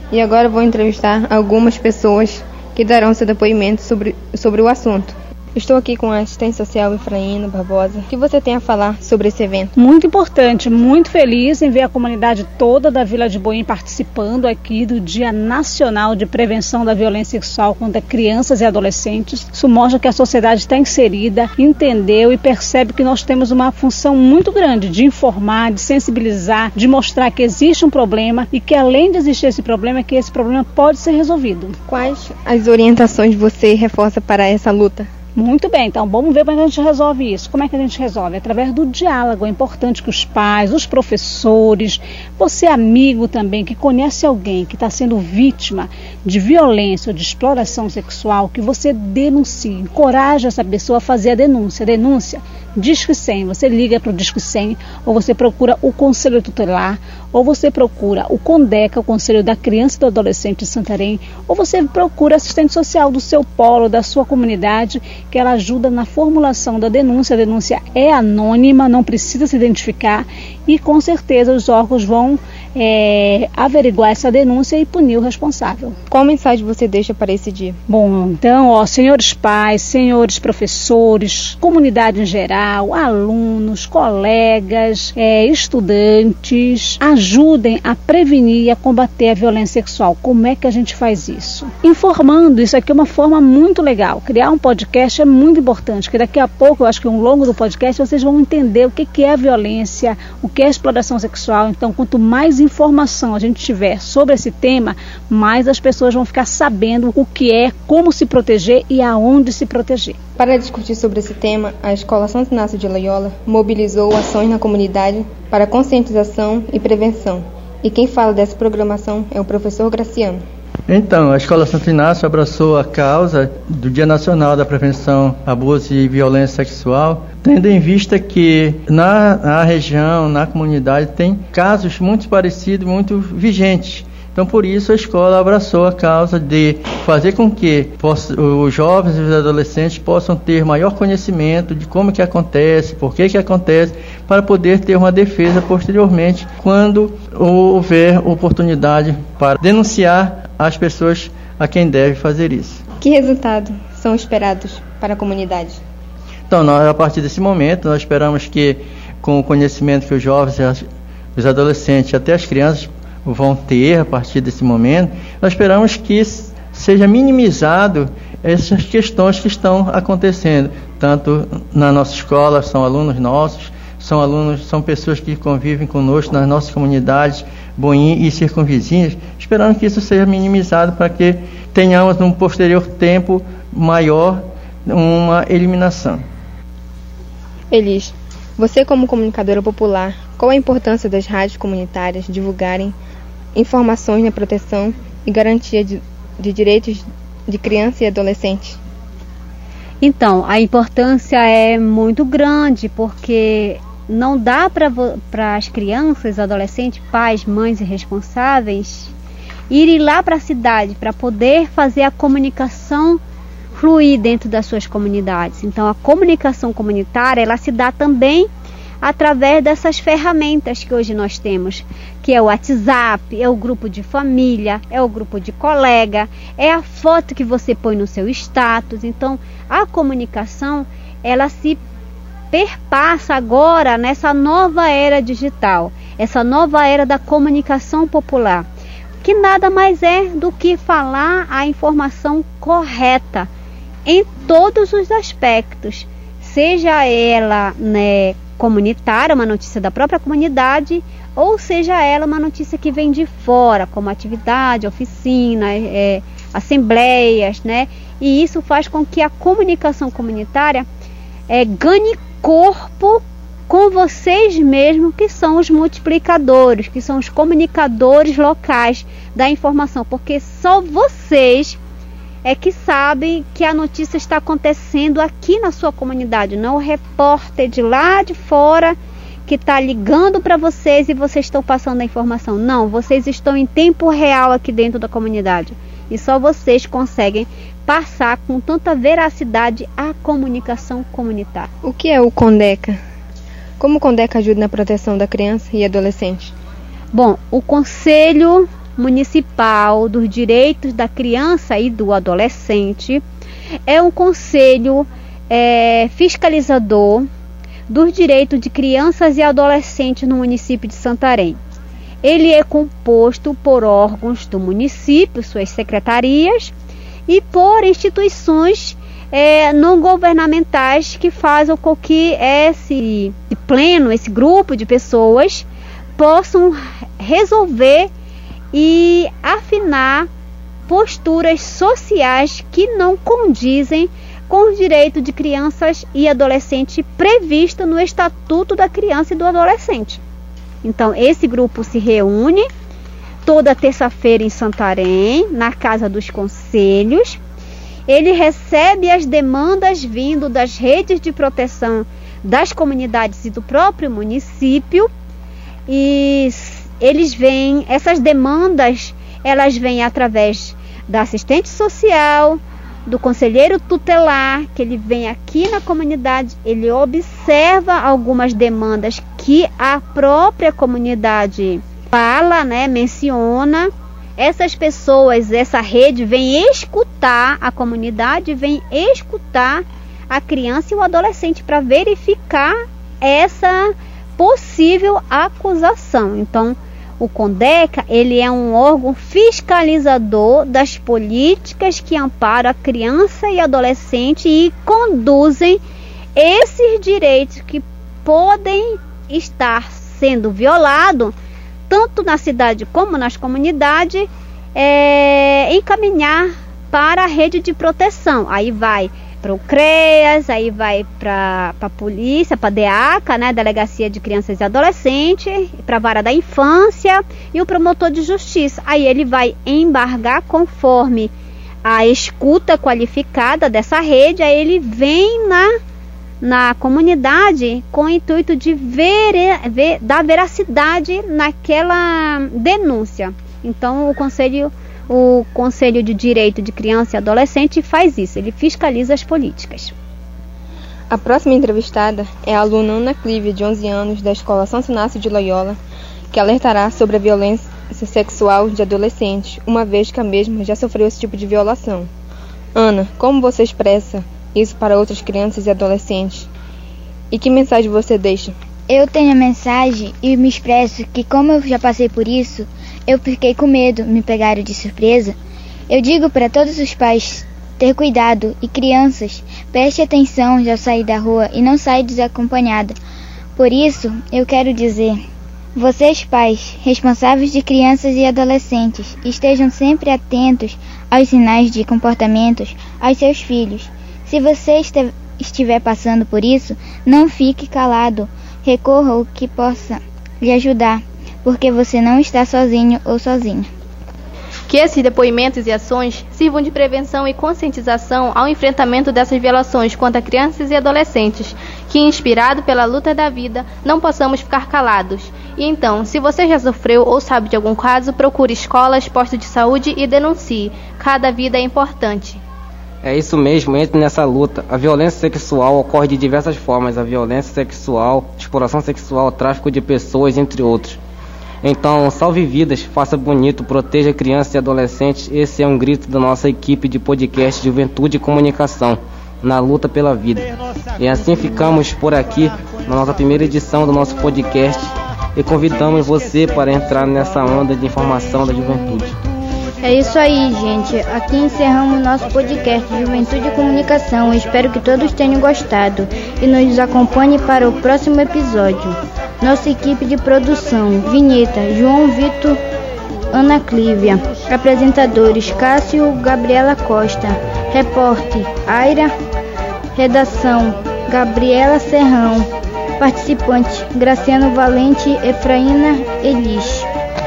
Speaker 7: E agora vou entrevistar algumas pessoas que darão seu depoimento sobre, sobre o assunto. Estou aqui com a assistente social Efraína Barbosa. O que você tem a falar sobre esse evento?
Speaker 2: Muito importante, muito feliz em ver a comunidade toda da Vila de Boim participando aqui do Dia Nacional de Prevenção da Violência Sexual contra Crianças e Adolescentes. Isso mostra que a sociedade está inserida, entendeu e percebe que nós temos uma função muito grande de informar, de sensibilizar, de mostrar que existe um problema e que além de existir esse problema, que esse problema pode ser resolvido.
Speaker 7: Quais as orientações você reforça para essa luta?
Speaker 2: Muito bem, então vamos ver como é que a gente resolve isso. Como é que a gente resolve? Através do diálogo. É importante que os pais, os professores, você amigo também, que conhece alguém que está sendo vítima de violência ou de exploração sexual, que você denuncie, encoraje essa pessoa a fazer a denúncia. Denúncia, Disque cem, você liga para o Disque cem, ou você procura o Conselho Tutelar, ou você procura o CONDECA, o Conselho da Criança e do Adolescente de Santarém, ou você procura assistente social do seu polo, da sua comunidade, que ela ajuda na formulação da denúncia. A denúncia é anônima, não precisa se identificar e com certeza os órgãos vão é, averiguar essa denúncia e punir o responsável.
Speaker 7: Qual mensagem você deixa para esse dia?
Speaker 2: Bom, então, ó, senhores pais, senhores professores, comunidade em geral, alunos, colegas, é, estudantes, ajudem a prevenir e a combater a violência sexual. Como é que a gente faz isso? Informando, isso aqui é uma forma muito legal. Criar um podcast é muito importante, porque daqui a pouco, eu acho que ao longo do podcast, vocês vão entender o que, que é a violência, o que é a exploração sexual. Então, quanto mais informação a gente tiver sobre esse tema, mais as pessoas vão ficar sabendo o que é, como se proteger e aonde se proteger.
Speaker 7: Para discutir sobre esse tema, a Escola Santo Inácio de Loyola mobilizou ações na comunidade para conscientização e prevenção. E quem fala dessa programação é o professor Graciano.
Speaker 8: Então, a Escola Santo Inácio abraçou a causa do Dia Nacional da Prevenção, Abuso e Violência Sexual, tendo em vista que na, na região, na comunidade, tem casos muito parecidos, muito vigentes. Então, por isso, a escola abraçou a causa de fazer com que possa, os jovens e os adolescentes possam ter maior conhecimento de como que acontece, por que que acontece, para poder ter uma defesa posteriormente, quando houver oportunidade para denunciar as pessoas a quem deve fazer isso.
Speaker 7: Que resultados são esperados para a comunidade?
Speaker 8: Então, nós, a partir desse momento, nós esperamos que, com o conhecimento que os jovens, os adolescentes, até as crianças vão ter a partir desse momento, nós esperamos que seja minimizado essas questões que estão acontecendo, tanto na nossa escola, são alunos nossos, são alunos, são pessoas que convivem conosco nas nossas comunidades, Boim e circunvizinhas, esperando que isso seja minimizado para que tenhamos num posterior tempo maior uma eliminação.
Speaker 7: Elis, você como comunicadora popular, qual a importância das rádios comunitárias divulgarem informações na proteção e garantia de, de direitos de criança e adolescente?
Speaker 9: Então, a importância é muito grande, porque não dá para as crianças, adolescentes, pais, mães e responsáveis irem lá para a cidade para poder fazer a comunicação fluir dentro das suas comunidades. Então, a comunicação comunitária, ela se dá também através dessas ferramentas que hoje nós temos, que é o WhatsApp, é o grupo de família, é o grupo de colega, é a foto que você põe no seu status. Então, a comunicação, ela se perpassa agora nessa nova era digital, essa nova era da comunicação popular, que nada mais é do que falar a informação correta em todos os aspectos, seja ela, né, comunitária, uma notícia da própria comunidade, ou seja ela uma notícia que vem de fora, como atividade, oficina, é, assembleias, né? E isso faz com que a comunicação comunitária é, ganhe corpo com vocês mesmos, que são os multiplicadores, que são os comunicadores locais da informação, porque só vocês é que sabem que a notícia está acontecendo aqui na sua comunidade, não o repórter de lá de fora que está ligando para vocês e vocês estão passando a informação. Não, vocês estão em tempo real aqui dentro da comunidade e só vocês conseguem passar com tanta veracidade a comunicação comunitária.
Speaker 7: O que é o CONDECA? Como o CONDECA ajuda na proteção da criança e adolescente?
Speaker 9: Bom, o Conselho Municipal dos Direitos da Criança e do Adolescente. É um conselho é, fiscalizador dos direitos de crianças e adolescentes no município de Santarém. Ele é composto por órgãos do município, suas secretarias, e por instituições é, não governamentais que fazem com que esse pleno, esse grupo de pessoas possam resolver e afinar posturas sociais que não condizem com os direitos de crianças e adolescentes previsto no Estatuto da Criança e do Adolescente. Então, esse grupo se reúne toda terça-feira em Santarém, na Casa dos Conselhos. Ele recebe as demandas vindo das redes de proteção das comunidades e do próprio município. E eles vêm, essas demandas, elas vêm através da assistente social, do conselheiro tutelar, que ele vem aqui na comunidade, ele observa algumas demandas que a própria comunidade fala, né, menciona. Essas pessoas, essa rede vem escutar a comunidade, vem escutar a criança e o adolescente para verificar essa possível acusação. Então, o CONDECA, ele é um órgão fiscalizador das políticas que amparam a criança e adolescente e conduzem esses direitos que podem estar sendo violados, tanto na cidade como nas comunidades, é, encaminhar para a rede de proteção. Aí vai para o CREAS, aí vai para a polícia, para a DEACA, né, Delegacia de Crianças e Adolescentes, para a Vara da Infância e o promotor de justiça. Aí ele vai embargar conforme a escuta qualificada dessa rede, aí ele vem na, na comunidade com o intuito de ver, ver, dar veracidade naquela denúncia. Então o Conselho O Conselho de Direito de Criança e Adolescente faz isso, ele fiscaliza as políticas.
Speaker 7: A próxima entrevistada é a aluna Ana Clívia, de onze anos, da Escola Santo Inácio de Loyola, que alertará sobre a violência sexual de adolescentes, uma vez que a mesma já sofreu esse tipo de violação. Ana, como você expressa isso para outras crianças e adolescentes? E que mensagem você deixa?
Speaker 4: Eu tenho a mensagem e me expresso que, como eu já passei por isso, eu fiquei com medo, me pegaram de surpresa. Eu digo para todos os pais ter cuidado e crianças, preste atenção ao sair da rua e não saia desacompanhada. Por isso, eu quero dizer, vocês pais, responsáveis de crianças e adolescentes, estejam sempre atentos aos sinais de comportamentos aos seus filhos. Se você estiver passando por isso, não fique calado, recorra ao que possa lhe ajudar, porque você não está sozinho ou sozinha.
Speaker 6: Que esses depoimentos e ações sirvam de prevenção e conscientização ao enfrentamento dessas violações contra crianças e adolescentes, que, inspirado pela luta da vida, não possamos ficar calados. E então, se você já sofreu ou sabe de algum caso, procure escolas, postos de saúde e denuncie. Cada vida é importante.
Speaker 5: É isso mesmo, entre nessa luta. A violência sexual ocorre de diversas formas. A violência sexual, exploração sexual, tráfico de pessoas, entre outros. Então, salve vidas, faça bonito, proteja crianças e adolescentes. Esse é um grito da nossa equipe de podcast Juventude e Comunicação, na luta pela vida. E assim ficamos por aqui na nossa primeira edição do nosso podcast e convidamos você para entrar nessa onda de informação da juventude.
Speaker 4: É isso aí, gente. Aqui encerramos nosso podcast Juventude e Comunicação. Espero que todos tenham gostado e nos acompanhe para o próximo episódio. Nossa equipe de produção: Vinheta, João Vitor, Ana Clívia. Apresentadores: Cássio, Gabriela Costa. Repórter: Aira. Redação: Gabriela Serrão. Participantes: Graciano Valente, Efraína Elis.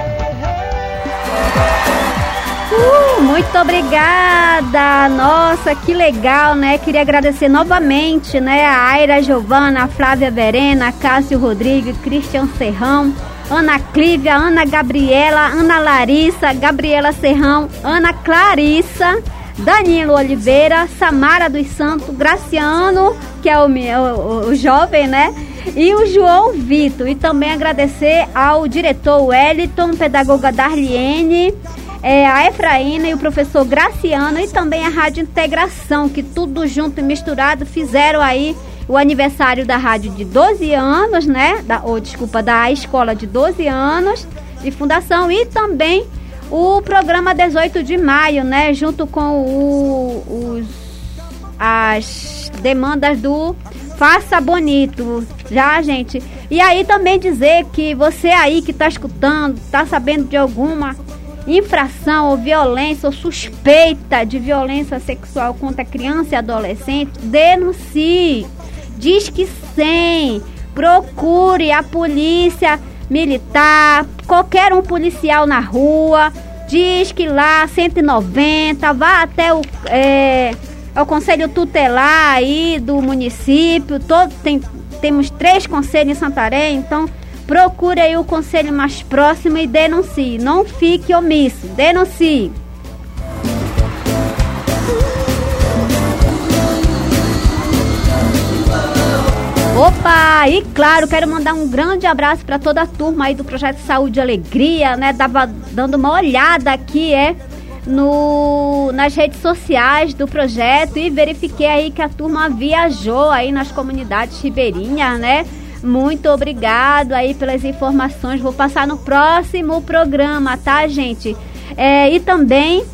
Speaker 9: Uh, muito obrigada! Nossa, que legal, né? Queria agradecer novamente, né? A Aira Giovana, a Flávia Verena, a Cássio Rodrigues, Cristian Serrão, Ana Clívia, Ana Gabriela, Ana Larissa, Gabriela Serrão, Ana Clarissa, Danilo Oliveira, Samara dos Santos, Graciano, que é o, o, o jovem, né? e o João Vitor. E também agradecer ao diretor Wellington, pedagoga Darliene, é, a Efraína e o professor Graciano, e também a Rádio Integração, que tudo junto e misturado fizeram aí o aniversário da rádio de doze anos, né? Da, ou desculpa, da escola de doze anos de fundação, e também o programa dezoito de maio, né? Junto com o, os, as demandas do Faça Bonito, já, gente. E aí também dizer que você aí que está escutando, está sabendo de alguma infração ou violência ou suspeita de violência sexual contra criança e adolescente, denuncie. Diz que cem, procure a polícia militar, qualquer um policial na rua, diz que lá cento e noventa, vá até o, é, o conselho tutelar aí do município, todo, tem, temos três conselhos em Santarém, então procure aí o conselho mais próximo e denuncie, não fique omisso, denuncie. Opa, e claro, quero mandar um grande abraço para toda a turma aí do Projeto Saúde e Alegria, né? Tava dando uma olhada aqui, é, no, nas redes sociais do projeto e verifiquei aí que a turma viajou aí nas comunidades ribeirinhas, né? Muito obrigado aí pelas informações, vou passar no próximo programa, tá, gente? É, e também...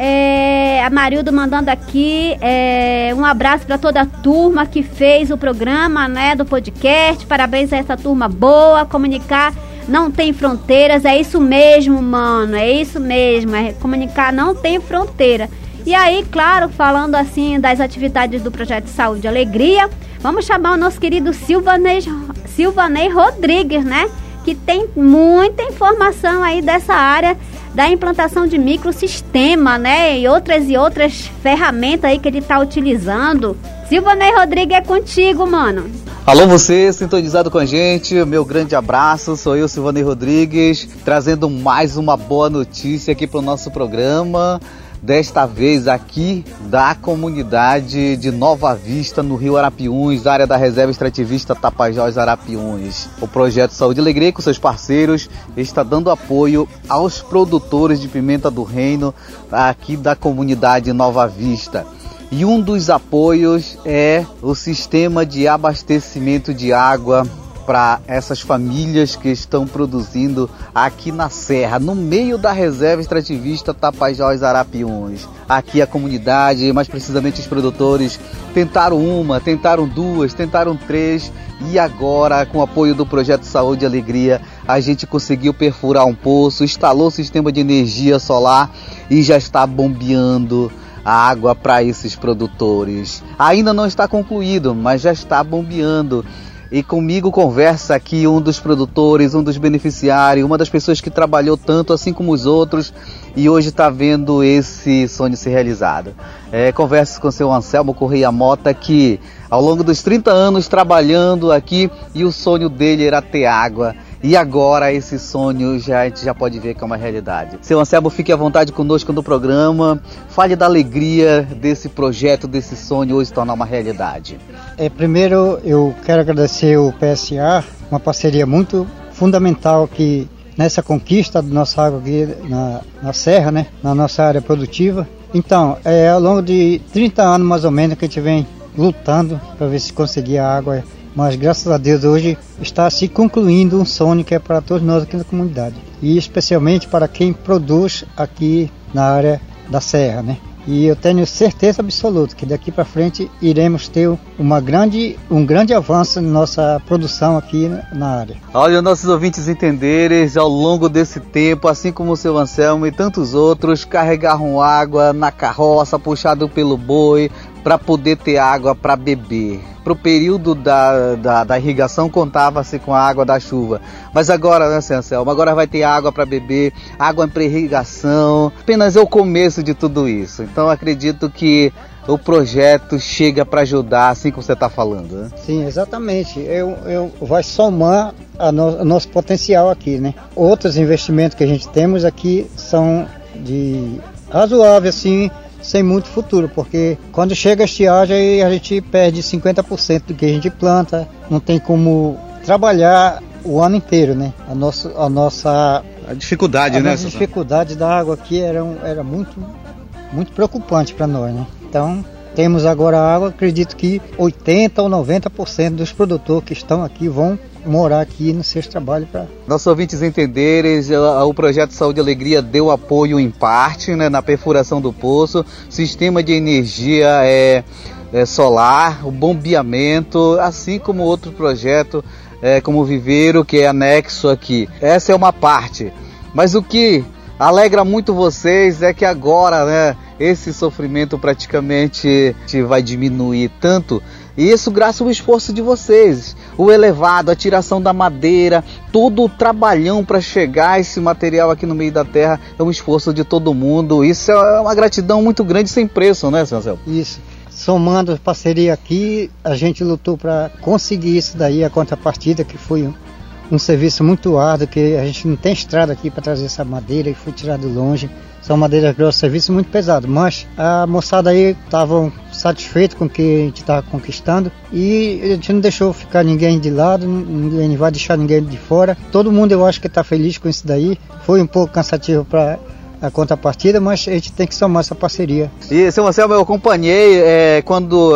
Speaker 9: É, a Marildo mandando aqui é, um abraço para toda a turma que fez o programa, né, do podcast. Parabéns a essa turma boa. Comunicar não tem fronteiras, é isso mesmo, mano, é isso mesmo, é, comunicar não tem fronteira. E aí, claro, falando assim das atividades do Projeto Saúde e Alegria, vamos chamar o nosso querido Silvanei, Silvanei Rodrigues, né, que tem muita informação aí dessa área da implantação de microsistema, né, e outras e outras ferramentas aí que ele está utilizando. Silvanei Rodrigues, é contigo, mano.
Speaker 10: Alô, você sintonizado com a gente, meu grande abraço, sou eu, Silvanei Rodrigues, trazendo mais uma boa notícia aqui para o nosso programa. Desta vez aqui da comunidade de Nova Vista, no Rio Arapiuns, área da Reserva Extrativista Tapajós Arapiuns. O Projeto Saúde e Alegria, com seus parceiros, está dando apoio aos produtores de pimenta do reino aqui da comunidade Nova Vista. E um dos apoios é o sistema de abastecimento de água para essas famílias que estão produzindo aqui na Serra, no meio da Reserva Extrativista Tapajós Arapiuns. Aqui a comunidade, mais precisamente os produtores, tentaram uma, tentaram duas, tentaram três, e agora, com o apoio do Projeto Saúde e Alegria, a gente conseguiu perfurar um poço, instalou o sistema de energia solar e já está bombeando a água para esses produtores. Ainda não está concluído, mas já está bombeando. E comigo conversa aqui um dos produtores, um dos beneficiários, uma das pessoas que trabalhou tanto assim como os outros e hoje está vendo esse sonho ser realizado. É, converso com o seu Anselmo Correia Mota, que ao longo dos trinta anos trabalhando aqui, e o sonho dele era ter água. E agora esse sonho já, a gente já pode ver que é uma realidade. Seu Anselmo, fique à vontade conosco no programa. Fale da alegria desse projeto, desse sonho hoje se tornar uma realidade.
Speaker 14: É, primeiro eu quero agradecer o P S A, uma parceria muito fundamental aqui nessa conquista da nossa água aqui na, na Serra, né, na nossa área produtiva. Então, é ao longo de trinta anos mais ou menos que a gente vem lutando para ver se conseguia água. Mas graças a Deus hoje está se concluindo um sonho que é para todos nós aqui na comunidade. E especialmente para quem produz aqui na área da Serra, né? E eu tenho certeza absoluta que daqui para frente iremos ter uma grande, um grande avanço na nossa produção aqui na área.
Speaker 10: Olha, nossos ouvintes entenderem, ao longo desse tempo, assim como o seu Anselmo e tantos outros, carregaram água na carroça, puxado pelo boi, para poder ter água para beber. Para o período da, da, da irrigação contava-se com a água da chuva. Mas agora, né, seu Anselmo, agora vai ter água para beber, água para irrigação. Apenas é o começo de tudo isso. Então acredito que o projeto chega para ajudar, assim como você está falando, né?
Speaker 14: Sim, exatamente. Eu, eu vai somar a no, o nosso potencial aqui, né? Outros investimentos que a gente temos aqui são de razoável, assim, sem muito futuro, porque quando chega a estiagem aí a gente perde cinquenta por cento do que a gente planta, não tem como trabalhar o ano inteiro, né? A nossa, a nossa
Speaker 10: a dificuldade,
Speaker 14: a
Speaker 10: né?
Speaker 14: A dificuldade da água aqui era, era muito, muito preocupante para nós, né? Então temos agora água, acredito que oitenta ou noventa por cento dos produtores que estão aqui vão morar aqui no seu trabalho para...
Speaker 10: Nossos ouvintes entenderem, o Projeto Saúde e Alegria deu apoio em parte, né, na perfuração do poço, sistema de energia é, é solar, o bombeamento, assim como outro projeto é, como o Viveiro, que é anexo aqui. Essa é uma parte, mas o que alegra muito vocês é que agora, né, esse sofrimento praticamente vai diminuir tanto. E isso graças ao esforço de vocês, o elevado, a tiração da madeira, todo o trabalhão para chegar esse material aqui no meio da terra, é um esforço de todo mundo. Isso é uma gratidão muito grande, sem preço, né, senhor Anselmo?
Speaker 14: Isso. Somando a parceria aqui, a gente lutou para conseguir isso daí, a contrapartida, que foi um, um serviço muito árduo, que a gente não tem estrada aqui para trazer essa madeira e foi tirado longe. São madeiras grossas, serviço muito pesado, mas a moçada aí estavam satisfeitos com o que a gente estava conquistando e a gente não deixou ficar ninguém de lado, ninguém vai deixar ninguém de fora. Todo mundo, eu acho que está feliz com isso daí. Foi um pouco cansativo para a contrapartida, mas a gente tem que somar essa parceria.
Speaker 10: E, seu Anselmo, eu acompanhei é, quando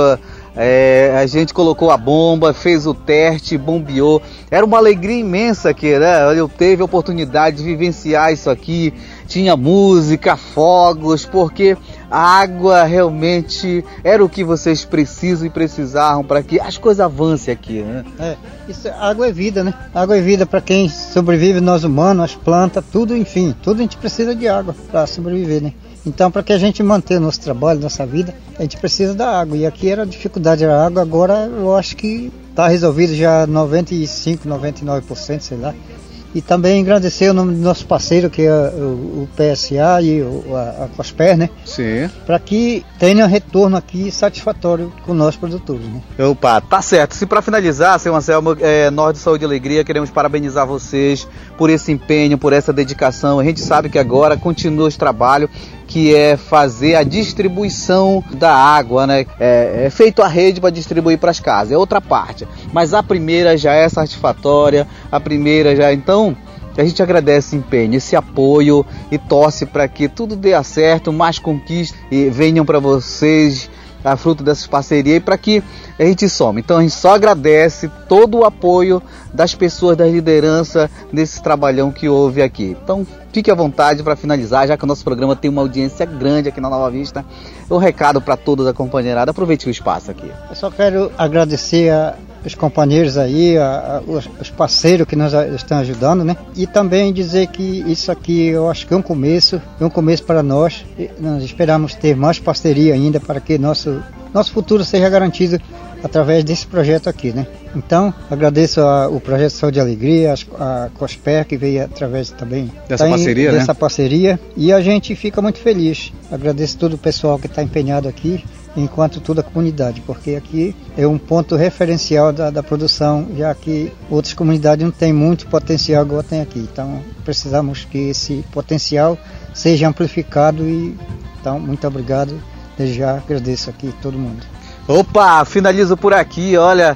Speaker 10: é, a gente colocou a bomba, fez o teste, bombeou. Era uma alegria imensa aqui, né? Eu teve a oportunidade de vivenciar isso aqui. Tinha música, fogos, porque a água realmente era o que vocês precisam e precisavam para que as coisas avancem aqui, né?
Speaker 14: É, isso, água é vida, né? Água é vida para quem sobrevive, nós humanos, as plantas, tudo, enfim, tudo a gente precisa de água para sobreviver, né? Então, para que a gente mantenha o nosso trabalho, nossa vida, a gente precisa da água. E aqui era a dificuldade da água, agora eu acho que está resolvido já noventa e cinco, noventa e nove por cento, sei lá. E também agradecer o nome do nosso parceiro, que é o, o P S A e o, a, a Cosper, né?
Speaker 10: Sim.
Speaker 14: Para que tenha retorno aqui satisfatório com nós produtores, né?
Speaker 10: Opa, tá certo. Se para finalizar, seu Anselmo, é, nós de Saúde e Alegria queremos parabenizar vocês por esse empenho, por essa dedicação. A gente sabe que agora continua esse trabalho, que é fazer a distribuição da água, né? É, é feito a rede para distribuir para as casas, é outra parte. Mas a primeira já é satisfatória, a primeira já, então, a gente agradece esse empenho, esse apoio e torce para que tudo dê certo, mais conquistas e venham para vocês a fruto dessas parcerias e para que a gente some. Então a gente só agradece todo o apoio das pessoas, da liderança nesse trabalhão que houve aqui. Então fique à vontade para finalizar, já que o nosso programa tem uma audiência grande aqui na Nova Vista. Um recado para todos da companheirada, aproveite o espaço aqui.
Speaker 14: Eu só quero agradecer a os companheiros aí, a, a, os, os parceiros que nos estão ajudando, né? E também dizer que isso aqui eu acho que é um começo, é um começo para nós. E nós esperamos ter mais parceria ainda para que nosso, nosso futuro seja garantido através desse projeto aqui, né? Então, agradeço a, o Projeto Saúde e Alegria, a, a Cosper, que veio através também
Speaker 10: dessa, tá parceria,
Speaker 14: em,
Speaker 10: né?
Speaker 14: dessa parceria, e a gente fica muito feliz. Agradeço todo o pessoal que está empenhado aqui, enquanto toda a comunidade, porque aqui é um ponto referencial da, da produção, já que outras comunidades não têm muito potencial igual tem aqui. Então, precisamos que esse potencial seja amplificado e, então, muito obrigado. Desde já agradeço aqui todo mundo.
Speaker 10: Opa, finalizo por aqui, olha,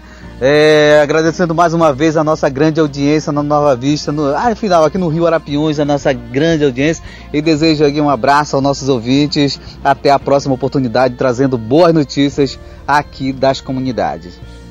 Speaker 10: é, agradecendo mais uma vez a nossa grande audiência na Nova Vista, no, ah, final, aqui no Rio Arapiuns, a nossa grande audiência, e desejo aqui um abraço aos nossos ouvintes, até a próxima oportunidade, trazendo boas notícias aqui das comunidades.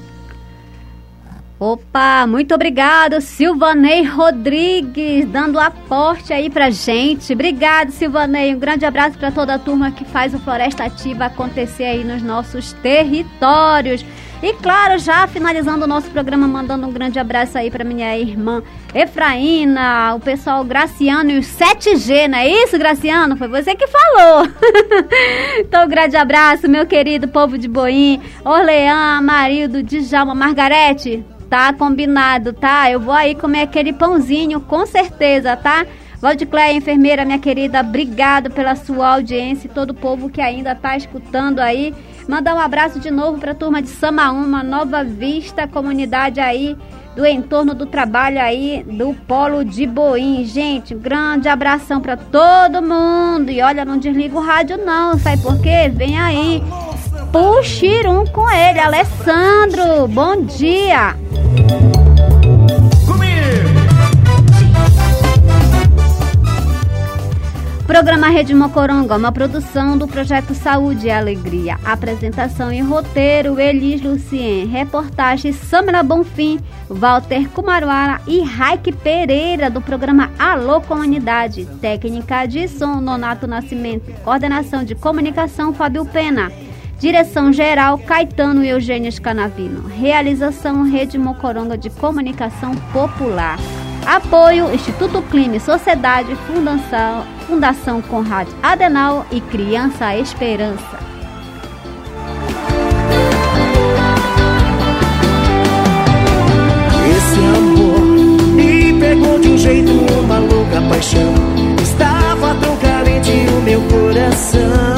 Speaker 9: Opa, muito obrigado, Silvanei Rodrigues, dando aporte aí pra gente. Obrigado, Silvanei, um grande abraço para toda a turma que faz o Floresta Ativa acontecer aí nos nossos territórios. E claro, já finalizando o nosso programa, mandando um grande abraço aí para minha irmã Efraína, o pessoal Graciano e o sete G, não é isso, Graciano? Foi você que falou. Então, um grande abraço, meu querido povo de Boim, Orleã, Amarildo, Djalma, Margarete. Tá combinado, tá? Eu vou aí comer aquele pãozinho, com certeza, tá? Valdicléia, enfermeira, minha querida, obrigado pela sua audiência e todo o povo que ainda tá escutando aí Mandar um abraço de novo para a turma de Samaúma, Nova Vista, comunidade aí do entorno do trabalho aí do Polo de Boim. Gente, um grande abração para todo mundo. E olha, não desliga o rádio não, sabe por quê? Vem aí, Puxirum com ele, Alessandro. Bom dia. Programa Rede Mocoronga, uma produção do Projeto Saúde e Alegria. Apresentação e roteiro, Elis Lucien. Reportagem, Samara Bonfim, Walter Kumaruara e Raik Pereira, do programa Alô Comunidade. Técnica de som, Nonato Nascimento. Coordenação de comunicação, Fábio Pena. Direção geral, Caetano e Eugênio Scanavino. Realização, Rede Mocoronga de Comunicação Popular. Apoio, Instituto Clima e Sociedade, Fundação, Fundação Conrad Adenauer e Criança Esperança.
Speaker 11: Esse amor me pegou de um jeito, uma louca paixão. Estava tão carente o meu coração.